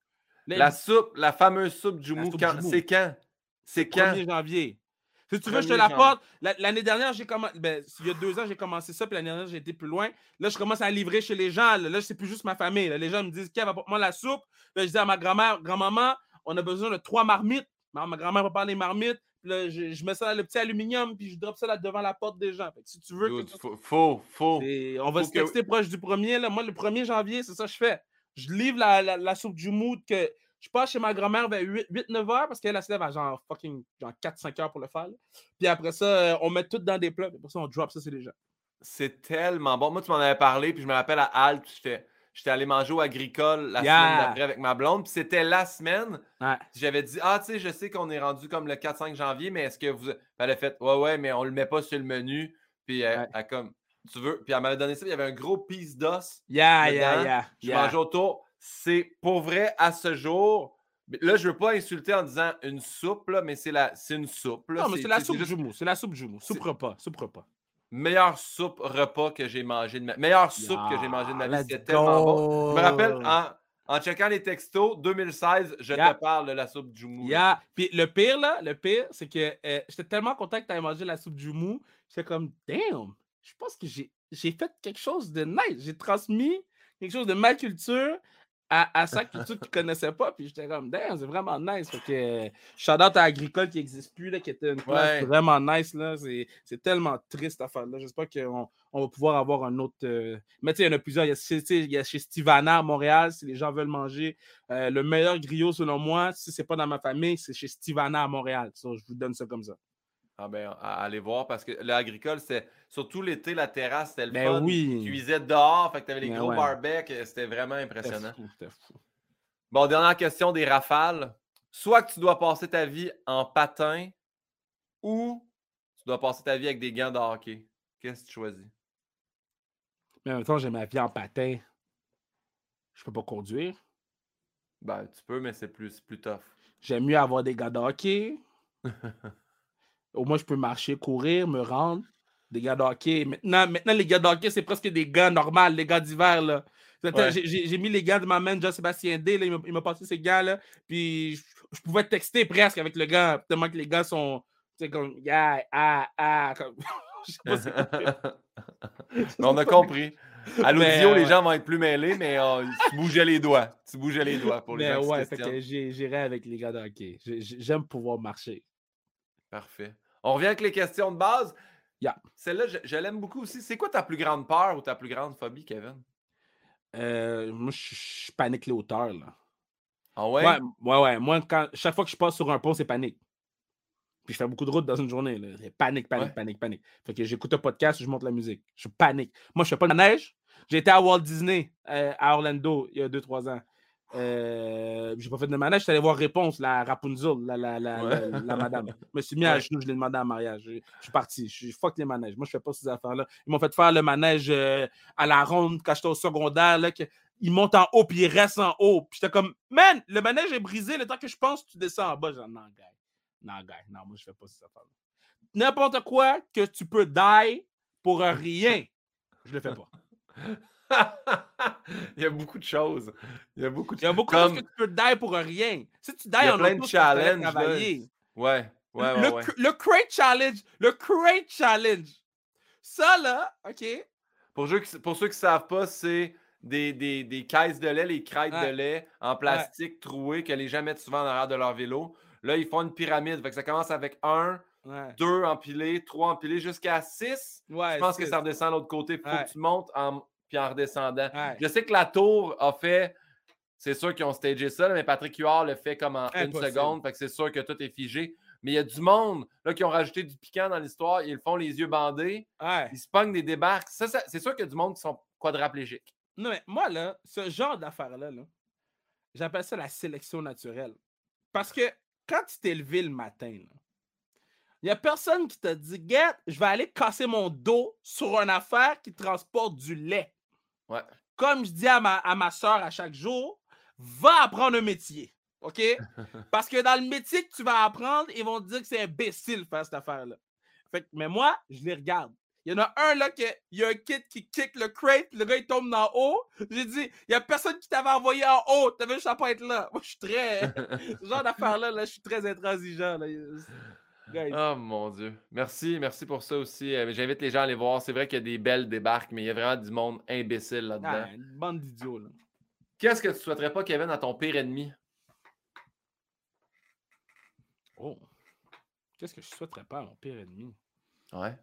La fameuse soupe Jumu, c'est quand? C'est quand? 1er janvier. Si tu veux, je te l'apporte. L'année dernière, j'ai commencé. Ben, il y a 2 ans, j'ai commencé ça, puis l'année dernière, j'ai été plus loin. Là, je commence à livrer chez les gens. Là, c'est plus juste ma famille. Là. Les gens me disent, Kev, apporte-moi la soupe. Là, je dis à ma grand-maman, on a besoin de 3 marmites. Ma grand-mère va parler marmites. Puis là, je mets ça dans le petit aluminium, puis je drop ça là devant la porte des gens. Fait que si tu veux. Faut. On va se texter proche du 1er. Là. Moi, le 1er janvier, c'est ça que je fais. Je livre la soupe du mood que je passe chez ma grand-mère vers 8-9 heures parce qu'elle se lève à genre 4-5 heures pour le faire. Là. Puis après ça, on met tout dans des plats. Puis après ça, on drop ça, c'est les gens. C'est tellement bon. Moi, tu m'en avais parlé, puis je me rappelle à Alp, j'étais allé manger au Agricole la semaine d'après avec ma blonde, puis c'était la semaine. Ouais. J'avais dit, tu sais, je sais qu'on est rendu comme le 4-5 janvier, mais est-ce que vous... Elle a fait, ouais, mais on le met pas sur le menu. Puis elle comme, tu veux... Puis elle m'avait donné ça, il y avait un gros piece d'os. Je mangeais autour. C'est pour vrai, à ce jour... Là, je veux pas insulter en disant une soupe, là, mais c'est une soupe. Là. Non, mais c'est la soupe Jumu. C'est la soupe Jumu. Soupe repas. Meilleure soupe repas que j'ai mangé de ma vie. Meilleure soupe que j'ai mangé de ma vie. C'était tellement bon. Je me rappelle, en checkant les textos, 2016, je te parle de la soupe Jumu. Puis le pire, c'est que j'étais tellement content que tu aies mangé la soupe Jumu. J'étais comme, damn, je pense que j'ai fait quelque chose de nice. J'ai transmis quelque chose de ma culture à sa culture qu'ils ne connaissaient pas. Puis j'étais comme, damn, c'est vraiment nice. Fait que shout-out à Agricole qui n'existe plus, là, qui était une place vraiment nice. Là. C'est tellement triste cette affaire-là. J'espère qu'on va pouvoir avoir un autre. Mais tu sais, il y en a plusieurs. Il y a chez Stivana à Montréal, si les gens veulent manger. Le meilleur griot, selon moi, si c'est pas dans ma famille, c'est chez Stivana à Montréal. So, je vous donne ça comme ça. Ah ben, allez voir, parce que l'Agricole, c'était surtout l'été, la terrasse, c'était le fun. Oui. Tu cuisais dehors, fait que t'avais les gros barbecues, c'était vraiment impressionnant. C'était fou. Bon, dernière question des rafales. Soit que tu dois passer ta vie en patin ou tu dois passer ta vie avec des gants de hockey. Qu'est-ce que tu choisis? Mais en même temps, j'ai ma vie en patin. Je peux pas conduire. Ben, tu peux, mais c'est plus tough. J'aime mieux avoir des gants de hockey. Au moins, je peux marcher, courir, me rendre. Des gants de hockey. Maintenant, les gants de hockey, c'est presque des gants normaux, les gants d'hiver. Là. J'ai mis les gants de ma man, Jean-Sébastien D. Là, il m'a passé ces gants-là. Puis, je pouvais texter presque avec le gant. Tellement que les gants sont... Tu sais, comme... Comme... Je sais pas c'est quoi. On a compris. À l'audio, les gens vont être plus mêlés, mais tu bougeais les doigts. Pour les gens qui se questionnent. J'irai avec les gants de hockey. J'aime pouvoir marcher. Parfait. On revient avec les questions de base. Yeah. Celle-là, je l'aime beaucoup aussi. C'est quoi ta plus grande peur ou ta plus grande phobie, Kevin? Moi, je panique les hauteurs, là. Ah ouais? Ouais. Moi, chaque fois que je passe sur un pont, c'est panique. Puis je fais beaucoup de routes dans une journée. Là. C'est panique. Fait que j'écoute un podcast, je monte la musique. Je panique. Moi, je fais pas de manège. J'ai été à Walt Disney, à Orlando, il y a 2-3 ans. J'ai pas fait de manège, j'étais allé voir Réponse, la Rapunzel, la madame. Je me suis mis à genoux, je l'ai demandé en mariage. Je suis parti. Je fuck les manèges. Moi, je fais pas ces affaires-là. Ils m'ont fait faire le manège à la ronde quand j'étais au secondaire. Là, ils montent en haut, puis ils restent en haut. Puis j'étais comme, man, le manège est brisé. Le temps que je pense, tu descends en bas. Genre, non, gars. Non, moi, je fais pas ces affaires-là. N'importe quoi que tu peux die pour rien, je le fais pas. Il y a beaucoup de choses. Il y a beaucoup de choses que tu peux die pour rien. Si tu die en auto, tu peux travailler. Ouais. Le Crate Challenge. Ça, là, OK. Pour ceux qui ne savent pas, c'est des caisses de lait, les crêtes de lait en plastique trouées que les gens mettent souvent en arrière de leur vélo. Là, ils font une pyramide. Fait que ça commence avec 1, 2 empilés, 3 empilés, jusqu'à 6. Je pense que ça redescend de l'autre côté. Il faut que tu montes puis en redescendant. Je sais que la tour a fait... C'est sûr qu'ils ont stagé ça, mais Patrick Huard le fait comme en une seconde. Fait que c'est sûr que tout est figé. Mais il y a du monde là, qui ont rajouté du piquant dans l'histoire. Ils le font les yeux bandés. Ils se pognent des débarques. Ça, c'est sûr qu'il y a du monde qui sont quadraplégiques. Non, mais moi, là, ce genre d'affaires-là, j'appelle ça la sélection naturelle. Parce que quand tu t'es levé le matin, il n'y a personne qui t'a dit « Get, je vais aller casser mon dos sur une affaire qui transporte du lait. » Ouais. Comme je dis à ma soeur à chaque jour, va apprendre un métier. OK? Parce que dans le métier que tu vas apprendre, ils vont te dire que c'est imbécile faire cette affaire-là. Mais moi, je les regarde. Il y en a un là, il y a un kid qui kick le crate, le gars il tombe dans haut. J'ai dit, il n'y a personne qui t'avait envoyé en haut, t'avais juste à pas être là. Moi, je suis très. Ce genre d'affaire-là, je suis très intransigeant. Là. Oh mon Dieu. Merci pour ça aussi. J'invite les gens à aller voir. C'est vrai qu'il y a des belles débarques, mais il y a vraiment du monde imbécile là-dedans. Une bande d'idiots. Là. Qu'est-ce que tu souhaiterais pas, Kevin, à ton pire ennemi? Oh. Qu'est-ce que je souhaiterais pas à mon pire ennemi? Ouais.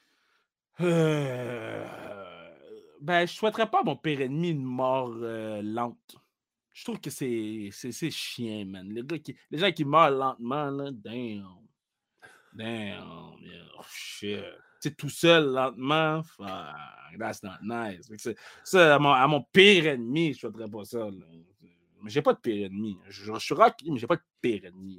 Je souhaiterais pas à mon pire ennemi une mort lente. Je trouve que c'est chiant, man. Les gens qui meurent lentement, là, damn, yeah, oh shit. Tu sais, tout seul, lentement, that's not nice. Ça, à mon pire ennemi, je souhaiterais pas ça. Là. Mais j'ai pas de pire ennemi. Je suis rock, mais j'ai pas de pire ennemi.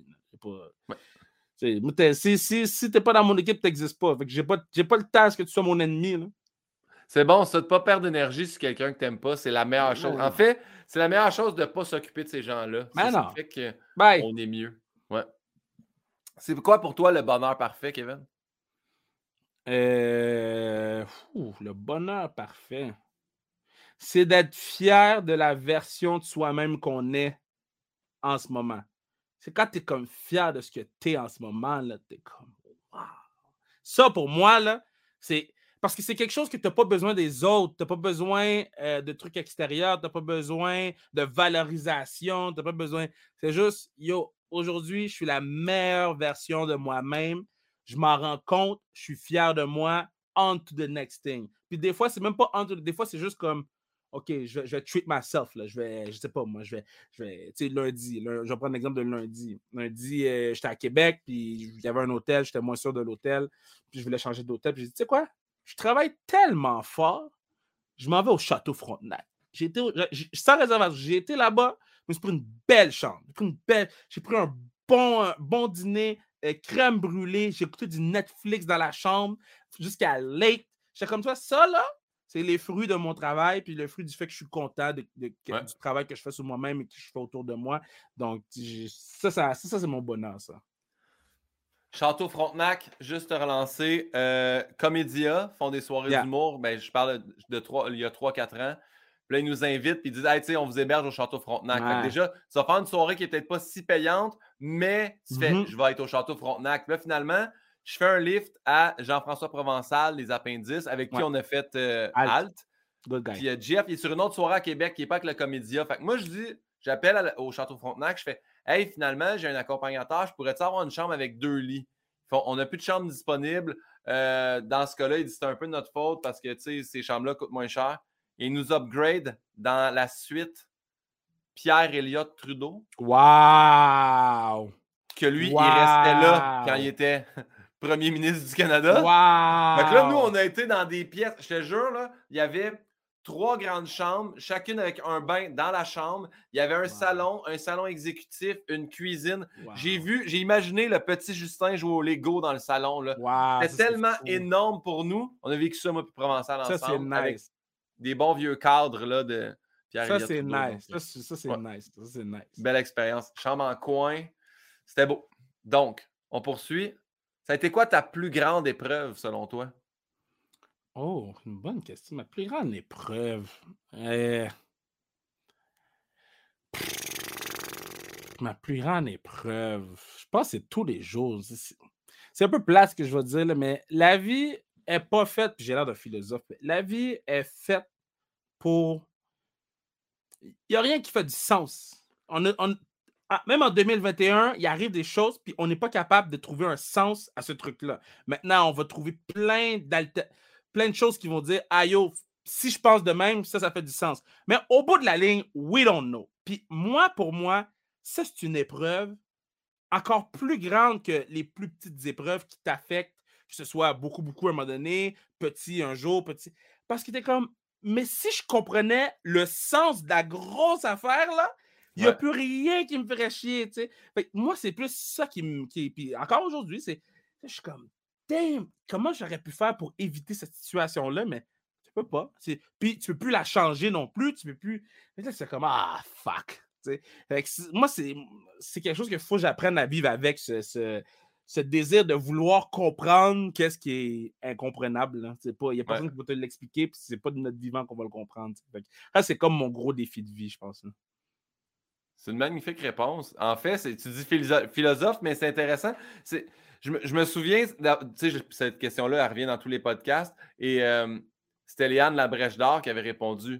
Si t'es pas dans mon équipe, t'existes pas. Fait que j'ai pas le temps à ce que tu sois mon ennemi. Là. C'est bon, ça, de ne pas perdre d'énergie sur quelqu'un que tu n'aimes pas, c'est la meilleure chose. En fait, c'est la meilleure chose de ne pas s'occuper de ces gens-là. C'est ce qui fait qu'on est mieux. Ouais. C'est quoi pour toi le bonheur parfait, Kevin? Le bonheur parfait. C'est d'être fier de la version de soi-même qu'on est en ce moment. C'est quand tu es comme fier de ce que tu es en ce moment, là, tu es comme wow. Ça, pour moi, là, c'est parce que c'est quelque chose que tu n'as pas besoin des autres. Tu n'as pas besoin de trucs extérieurs. Tu n'as pas besoin de valorisation. Tu n'as pas besoin. C'est juste, yo, aujourd'hui, je suis la meilleure version de moi-même. Je m'en rends compte. Je suis fier de moi. On to the next thing. Puis des fois, c'est même pas on to the... Des fois, c'est juste comme OK, je vais treat myself. Là. Je sais pas, moi, tu sais, lundi, je vais prendre l'exemple de lundi. Lundi, j'étais à Québec, puis il y avait un hôtel, j'étais moins sûr de l'hôtel, puis je voulais changer d'hôtel, puis j'ai dit, tu sais quoi, je travaille tellement fort, je m'en vais au Château Frontenac. Sans réservation, j'ai été là-bas, je me suis pris une belle chambre, j'ai pris un bon dîner, crème brûlée, j'ai écouté du Netflix dans la chambre, jusqu'à late. J'étais comme ça là, c'est les fruits de mon travail, puis le fruit du fait que je suis content du travail que je fais sur moi-même et que je fais autour de moi. Donc, ça c'est mon bonheur, ça. Château Frontenac, juste te relancer. Comédia font des soirées d'humour. Ben, je parle il y a 3-4 ans. Puis là, ils nous invitent et ils disent hey, tu sais, on vous héberge au Château Frontenac. Fait que déjà, tu vas faire une soirée qui n'est peut-être pas si payante, mais tu fais je vais être au Château Frontenac. Puis là, finalement, je fais un lift à Jean-François Provençal, les Appendices, avec qui on a fait Halt. Puis Jeff, il est sur une autre soirée à Québec qui n'est pas avec le Comédia. Fait que moi, je dis, j'appelle au Château Frontenac, je fais hey, finalement, j'ai un accompagnateur, je pourrais-tu avoir une chambre avec 2 lits? On n'a plus de chambre disponible. Dans ce cas-là, il dit c'est un peu de notre faute parce que ces chambres-là coûtent moins cher. Il nous upgrade dans la suite Pierre Elliott Trudeau. Wow! Que lui, il restait là quand il était premier ministre du Canada. Wow! Donc là, nous, on a été dans des pièces. Je te jure, là, il y avait 3 grandes chambres, chacune avec un bain dans la chambre. Il y avait un salon exécutif, une cuisine. Wow. J'ai imaginé le petit Justin jouer au Lego dans le salon. Là. Wow, c'était tellement énorme pour nous. On a vécu ça, moi, puis Provençal ensemble. Ça, c'est nice. Avec des bons vieux cadres là, de Pierre Elliott. Ça, c'est Trudeau, nice. Donc, ça, c'est nice. Ça, c'est nice. Belle expérience. Chambre en coin. C'était beau. Donc, on poursuit. Ça a été quoi ta plus grande épreuve, selon toi? Oh, une bonne question. Ma plus grande épreuve. Ma plus grande épreuve. Je pense que c'est tous les jours. C'est un peu plate ce que je vais dire, là, mais la vie n'est pas faite, puis j'ai l'air d'un philosophe, mais la vie est faite pour. Il n'y a rien qui fait du sens. Même en 2021, il arrive des choses, puis on n'est pas capable de trouver un sens à ce truc-là. Maintenant, on va trouver plein de choses qui vont dire « Ah yo, si je pense de même, ça fait du sens. » Mais au bout de la ligne, we don't know. Puis pour moi, ça, c'est une épreuve encore plus grande que les plus petites épreuves qui t'affectent, que ce soit beaucoup, beaucoup à un moment donné, petit un jour, petit. Parce que t'es comme, mais si je comprenais le sens de la grosse affaire, là, il n'y a plus rien qui me ferait chier, tu sais. Fait que moi, c'est plus ça puis encore aujourd'hui, je suis comme, damn, comment j'aurais pu faire pour éviter cette situation-là, mais tu peux pas. Puis tu peux plus la changer non plus, tu peux plus. Fait que là, c'est comme, ah, fuck. Moi, c'est quelque chose qu'il faut que j'apprenne à vivre avec, ce désir de vouloir comprendre qu'est-ce qui est incomprenable. Il n'y a personne qui va te l'expliquer, puis c'est pas de notre vivant qu'on va le comprendre. Ça, c'est comme mon gros défi de vie, je pense. Là. C'est une magnifique réponse. En fait, tu dis philosophe, mais c'est intéressant. Je me souviens, cette question-là, elle revient dans tous les podcasts, et c'était Léane Labrèche d'Or qui avait répondu,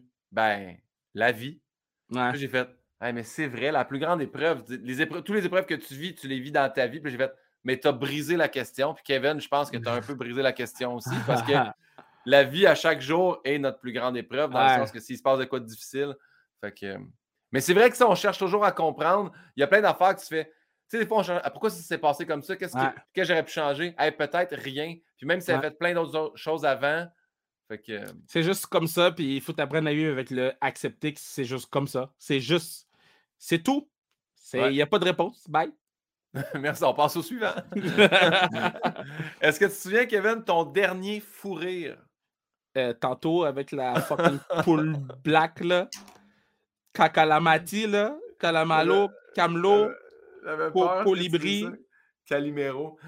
la vie. Ouais. J'ai fait, mais c'est vrai, la plus grande épreuve, toutes les épreuves que tu vis, tu les vis dans ta vie. Puis j'ai fait, mais tu as brisé la question. Puis Kevin, je pense que tu as un peu brisé la question aussi, parce que la vie à chaque jour est notre plus grande épreuve, dans le sens que s'il se passe de quoi de difficile. Fait que... Mais c'est vrai que ça, on cherche toujours à comprendre. Il y a plein d'affaires que tu fais. Tu sais, des fois, pourquoi ça s'est passé comme ça? Qu'est-ce que j'aurais pu changer? Peut-être rien. Puis même si ça a fait plein d'autres choses avant. Fait que... C'est juste comme ça, puis il faut t'apprendre à vivre avec le accepter que c'est juste comme ça. C'est tout. Il n'y a pas de réponse. Bye. Merci, on passe au suivant. Est-ce que tu te souviens, Kevin, ton dernier fou rire? Tantôt, avec la fucking poule black, là. Cacalamati, là. Calamalo, Camlo, Colibri. Calimero.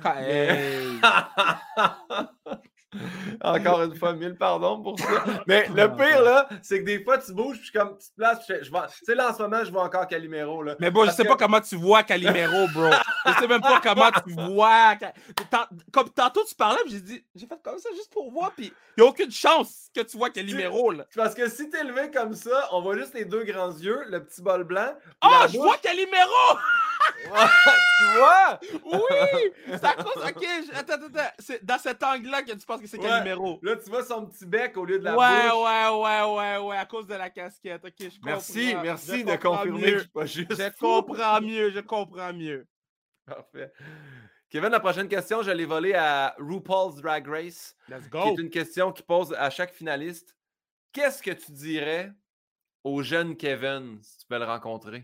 Encore une fois, 1000 pardons pour ça. Mais le pire, là, c'est que des fois, tu bouges, puis comme tu te places, tu sais, là, en ce moment, je vois encore Calimero, là. Mais bon, je sais pas comment tu vois Calimero, bro. Je sais même pas comment tu vois. Comme tantôt, tu parlais, puis j'ai fait comme ça juste pour voir, puis il n'y a aucune chance que tu vois Calimero, là. Parce que si t'es levé comme ça, on voit juste les 2 grands yeux, le petit bol blanc. Oh, je vois Calimero! Tu vois? Oui! C'est à cause. Ok, attends. C'est dans cet angle-là que tu penses que c'est Calimero. Là, tu vois son petit bec au lieu de la bouche. Ouais, à cause de la casquette. Ok, je comprends. Merci de confirmer que je suis pas juste. Je comprends mieux. Parfait. Kevin, la prochaine question, je l'ai volée à RuPaul's Drag Race. Let's go! Qui est une question qui pose à chaque finaliste. Qu'est-ce que tu dirais au jeune Kevin si tu peux le rencontrer?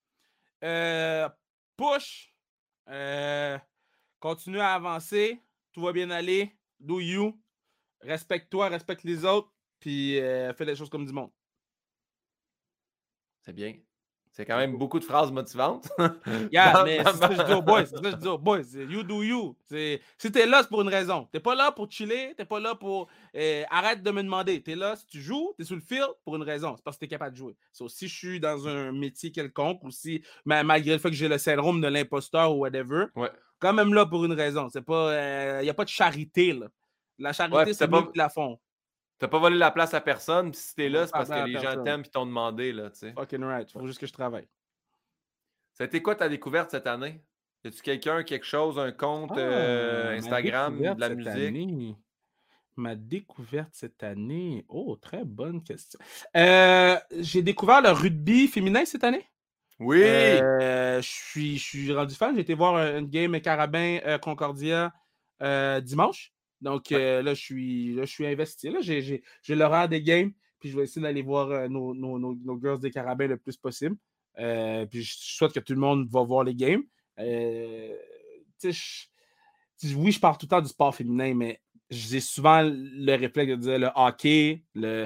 Push. Continue à avancer. Tout va bien aller. Do you. Respecte-toi, respecte les autres. Puis fais des choses comme du monde. C'est bien. C'est quand même beaucoup de phrases motivantes. Mais c'est ce que je dis aux boys. You do you. Si t'es là, c'est pour une raison. T'es pas là pour chiller. T'es pas là pour... arrête de me demander. T'es là, si tu joues, t'es sur le field pour une raison. C'est parce que t'es capable de jouer. Si je suis dans un métier quelconque ou si, malgré le fait que j'ai le syndrome de l'imposteur ou whatever, quand même là pour une raison. C'est pas... y a pas de charité, là. La charité, c'est mieux que la fond. T'as pas volé la place à personne, puis si t'es là, c'est parce que les gens t'aiment et t'ont demandé, là, tu sais. Fucking right. Faut juste que je travaille. Ça a été quoi ta découverte cette année? Y a-tu quelqu'un, quelque chose, un compte Instagram, de la musique? Ma découverte cette année? Oh, très bonne question. J'ai découvert le rugby féminin cette année. Oui! Je suis rendu fan. J'ai été voir une game Carabin Concordia dimanche. Donc là, je suis investi. Là, j'ai l'horaire des games. Puis je vais essayer d'aller voir nos girls des Carabins le plus possible. Puis je souhaite que tout le monde va voir les games. Oui, je parle tout le temps du sport féminin, mais j'ai souvent le réflexe de dire le hockey,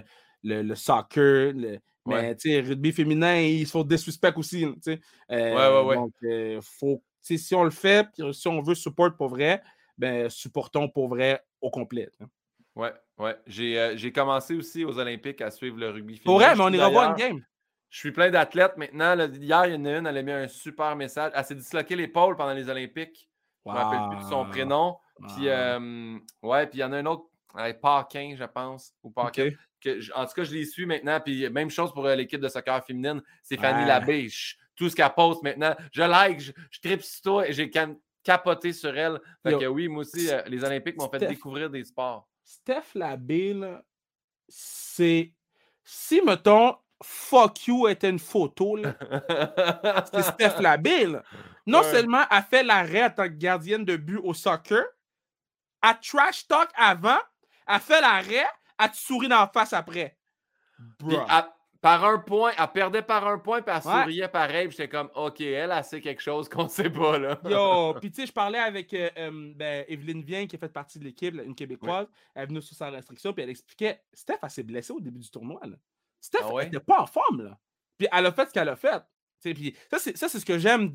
le soccer, mais rugby féminin, ils se font disrespect aussi. Ouais. Donc, faut, si on le fait, si on veut support pour vrai, ben, supportons pour vrai au complet. Ouais. J'ai commencé aussi aux Olympiques à suivre le rugby Pour féminin. vrai, mais on ira voir une game. Je suis plein d'athlètes maintenant. Là, hier, il y en a une, elle a mis un super message. Elle s'est disloqué l'épaule pendant les Olympiques. Je ne me rappelle plus de son prénom. Puis, puis il y en a un autre, Paquin, je pense, ou Paquin. Okay. En tout cas, je les suis maintenant. Puis, même chose pour l'équipe de soccer féminine. C'est Fanny Labbé. Tout ce qu'elle poste maintenant, je like, je tripe sur toi et j'ai capoté sur elle. Fait que oui, moi aussi, les Olympiques m'ont fait découvrir des sports. Steph Labbé, là, c'est... Si, mettons, fuck you était une photo, là, c'est Steph Labbé, là. Non seulement elle fait l'arrêt en tant que gardienne de but au soccer, elle trash talk avant, elle fait l'arrêt, elle te sourit dans la face après. Puis, par un point, elle perdait par un point, puis elle souriait pareil. Puis j'étais comme, OK, elle sait quelque chose qu'on ne sait pas, là. Yo, puis tu sais, je parlais avec Evelyne Vienne, qui a fait partie de l'équipe, une Québécoise. Oui. Elle est venue sur sa restriction, puis elle expliquait, Steph, elle s'est blessée au début du tournoi, là. Steph, elle n'était pas en forme, là. Puis elle a fait ce qu'elle a fait. Puis ça, c'est ce que j'aime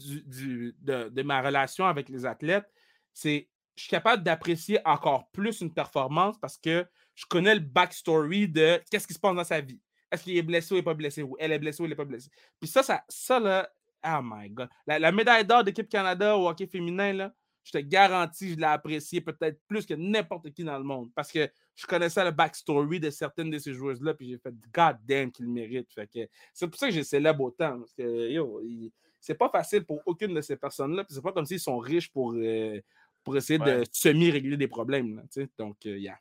de ma relation avec les athlètes. C'est je suis capable d'apprécier encore plus une performance parce que je connais le backstory de qu'est-ce qui se passe dans sa vie. Est-ce qu'il est blessé ou il n'est pas blessé, ou elle est blessée ou elle n'est pas blessée. Puis ça là, oh my God. La médaille d'or d'équipe Canada au hockey féminin, là, je te garantis, je l'ai apprécié peut-être plus que n'importe qui dans le monde parce que je connaissais le backstory de certaines de ces joueuses-là, puis j'ai fait God damn qu'ils le méritent. Fait que c'est pour ça que j'ai célèbre autant. Parce que, c'est pas facile pour aucune de ces personnes-là, puis c'est pas comme s'ils sont riches pour essayer de semi-régler des problèmes. Là, donc, yeah.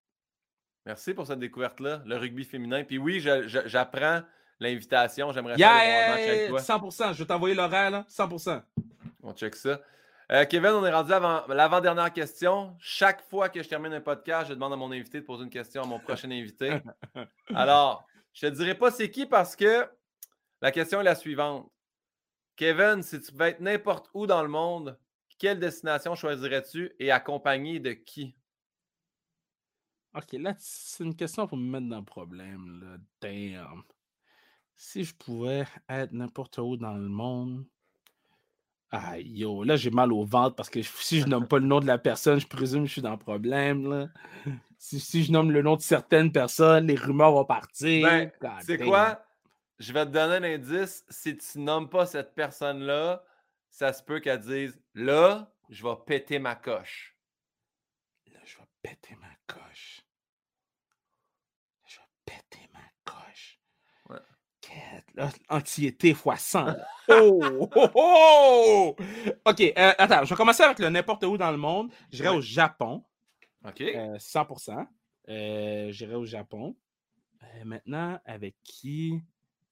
Merci pour cette découverte-là, le rugby féminin. Puis oui, j'apprends l'invitation. J'aimerais ça aller voir un match avec toi. 100%. Je vais t'envoyer l'horaire, là. 100%. On check ça. Kevin, on est rendu avant l'avant-dernière question. Chaque fois que je termine un podcast, je demande à mon invité de poser une question à mon prochain invité. Alors, je ne te dirai pas c'est qui parce que la question est la suivante. Kevin, si tu pouvais être n'importe où dans le monde, quelle destination choisirais-tu et accompagné de qui? OK, là, c'est une question pour me mettre dans le problème. Là. Damn. Si je pouvais être n'importe où dans le monde... Ah, yo, là, j'ai mal au ventre parce que si je nomme pas le nom de la personne, je présume que je suis dans le problème. Là. Si je nomme le nom de certaines personnes, les rumeurs vont partir. Ben, c'est quoi? Je vais te donner un indice. Si tu nommes pas cette personne-là, ça se peut qu'elle dise « Là, je vais péter ma coche. » Là, je vais péter ma coche. Je vais péter ma coche. Ouais. Là, anxiété x 100. Là. Oh! OK, attends, je vais commencer avec le n'importe où dans le monde. J'irai au Japon. OK. 100%. J'irai au Japon. Maintenant, avec qui?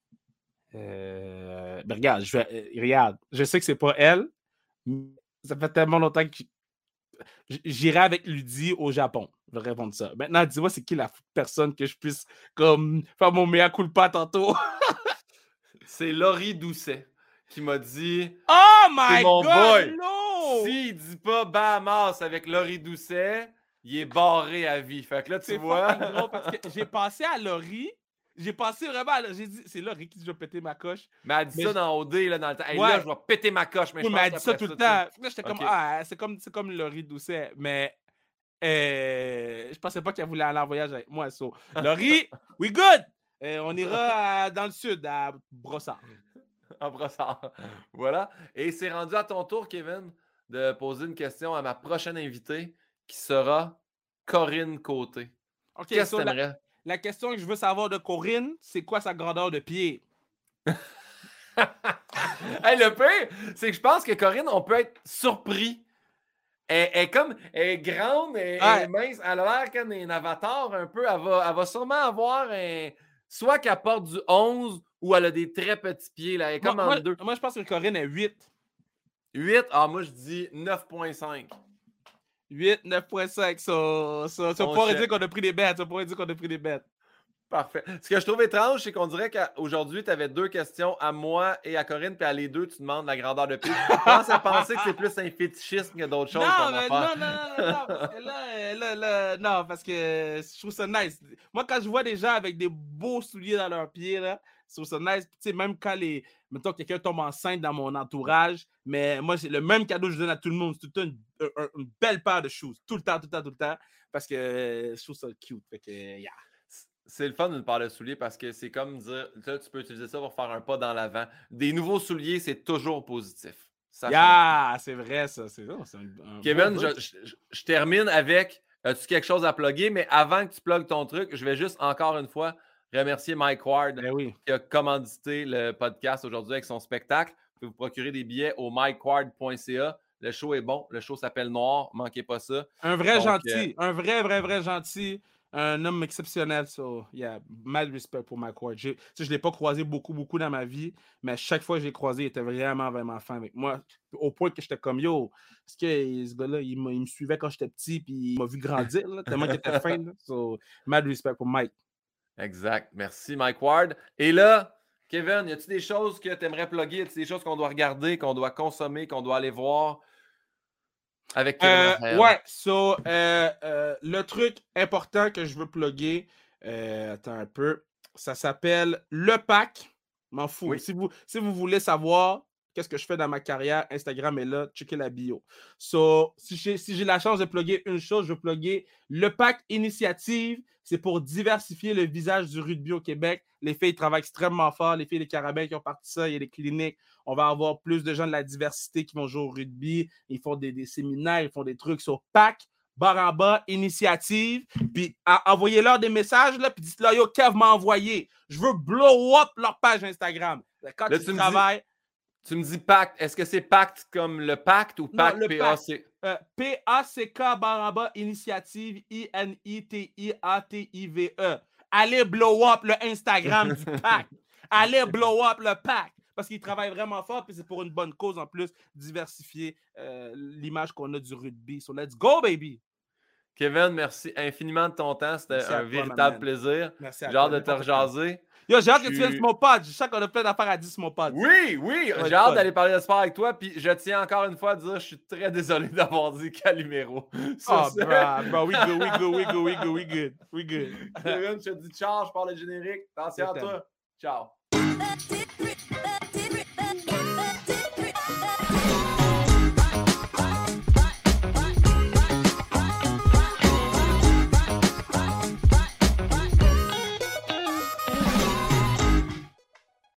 Ben, regarde, je sais que c'est pas elle, mais ça fait tellement longtemps que j'irai avec Ludi au Japon. Je vais répondre ça. Maintenant, dis-moi, c'est qui la personne que je puisse comme faire mon mea culpa tantôt? C'est Laurie Doucet qui m'a dit « Oh my mon God, boy, no! S'il dit pas Bahamas avec Laurie Doucet, il est barré à vie. » Fait que là, tu vois... C'est drôle parce que j'ai pensé à Laurie. J'ai pensé vraiment à... J'ai dit, c'est Laurie qui dit « je vais péter ma coche ». Mais elle dit ça dans OD, là, dans le temps. Hey, là, je vais péter ma coche. Mais, oui, mais elle dit ça tout le temps. Là, j'étais comme, ah, c'est comme Laurie Doucet. Mais je pensais pas qu'elle voulait aller en voyage avec moi. So. Laurie, we good! On ira dans le sud, à Brossard. En Brossard. Voilà. Et c'est rendu à ton tour, Kevin, de poser une question à ma prochaine invitée, qui sera Corinne Côté. Okay, qu'est-ce que tu aimerais? La question que je veux savoir de Corinne, c'est quoi sa grandeur de pied? Hey, le pire, c'est que je pense que Corinne, on peut être surpris. Elle est grande, elle est mince, elle a l'air comme un avatar un peu. Elle va sûrement avoir soit qu'elle porte du 11 ou elle a des très petits pieds. Là. Elle est comme en deux. Moi, je pense que Corinne est 8. 8? Ah, moi, je dis 9,5. 8, 9,5. Ça pourrait dire qu'on a pris des bêtes. Parfait. Ce que je trouve étrange, c'est qu'on dirait qu'aujourd'hui, tu avais 2 questions à moi et à Corinne, puis à les deux, tu demandes la grandeur de pied. Je pense à penser que c'est plus un fétichisme que d'autres choses qu'on va faire. Non, parce que non, parce que je trouve ça nice. Moi, quand je vois des gens avec des beaux souliers dans leurs pieds, là, je trouve ça nice. Tu sais, même quand mettons, quelqu'un tombe enceinte dans mon entourage, mais moi, c'est le même cadeau que je donne à tout le monde. C'est tout le temps une belle paire de shoes. Tout le temps. Parce que je trouve ça cute. Fait que, yeah. C'est le fun d'une paire de souliers parce que c'est comme dire, là, tu peux utiliser ça pour faire un pas dans l'avant. Des nouveaux souliers, c'est toujours positif. C'est vrai, ça. Kevin, je termine avec, as-tu quelque chose à plugger? Mais avant que tu plugues ton truc, je vais juste encore une fois remercier Mike Ward qui a commandité le podcast aujourd'hui avec son spectacle. Vous pouvez vous procurer des billets au mikeward.ca. Le show est bon. Le show s'appelle Noir. Manquez pas ça. Un vrai gentil. Un vrai gentil. Un homme exceptionnel. So, yeah, mad respect pour Mike Ward. Je ne l'ai pas croisé beaucoup dans ma vie, mais à chaque fois que je l'ai croisé, il était vraiment fin avec moi. Au point que j'étais comme, yo, est-ce que ce gars-là, il me suivait quand j'étais petit, puis il m'a vu grandir, là, tellement qu'il était fin. Là. So, mad respect pour Mike. Exact. Merci, Mike Ward. Et là, Kevin, y a-t-il des choses que tu aimerais plugger? Y a-t-il des choses qu'on doit regarder, qu'on doit consommer, qu'on doit aller voir avec Kevin Raphaël? Ouais, le truc important que je veux plugger, attends un peu, ça s'appelle Le Pack. M'en fous. Oui. Si vous voulez savoir qu'est-ce que je fais dans ma carrière, Instagram est là, checkez la bio. So, si j'ai la chance de plugger une chose, je veux plugger Le Pack Initiative. C'est pour diversifier le visage du rugby au Québec. Les filles travaillent extrêmement fort. Les filles des Carabins qui ont parti ça, il y a des cliniques. On va avoir plus de gens de la diversité qui vont jouer au rugby. Ils font des séminaires, ils font des trucs sur PAC, barre en bas, initiative. Puis envoyez-leur des messages, là, puis dites-leur, yo, Kev m'a envoyé. Je veux blow up leur page Instagram. Quand là, tu travailles. Tu me dis pacte. Est-ce que c'est pacte comme le pacte ou pacte PAC? PACK barre en bas, initiative, INITIATIVE. Allez blow up le Instagram du pack. Allez blow up le pack. Parce qu'ils travaillent vraiment fort, puis c'est pour une bonne cause en plus, diversifier l'image qu'on a du rugby. So let's go, baby! Kevin, merci infiniment de ton temps. C'était un véritable plaisir. Merci à j'ai hâte de te rejaser. Yo, j'ai hâte que tu viennes sur mon pod. Je sais qu'on a plein d'affaires à dire sur mon pod. Oui, j'ai hâte d'aller parler de sport avec toi. Puis je tiens encore une fois à dire, je suis très désolé d'avoir dit Calimero. Oh, bro, we good. Kevin, je te dis ciao, je parle de générique. Attention à toi. Ciao.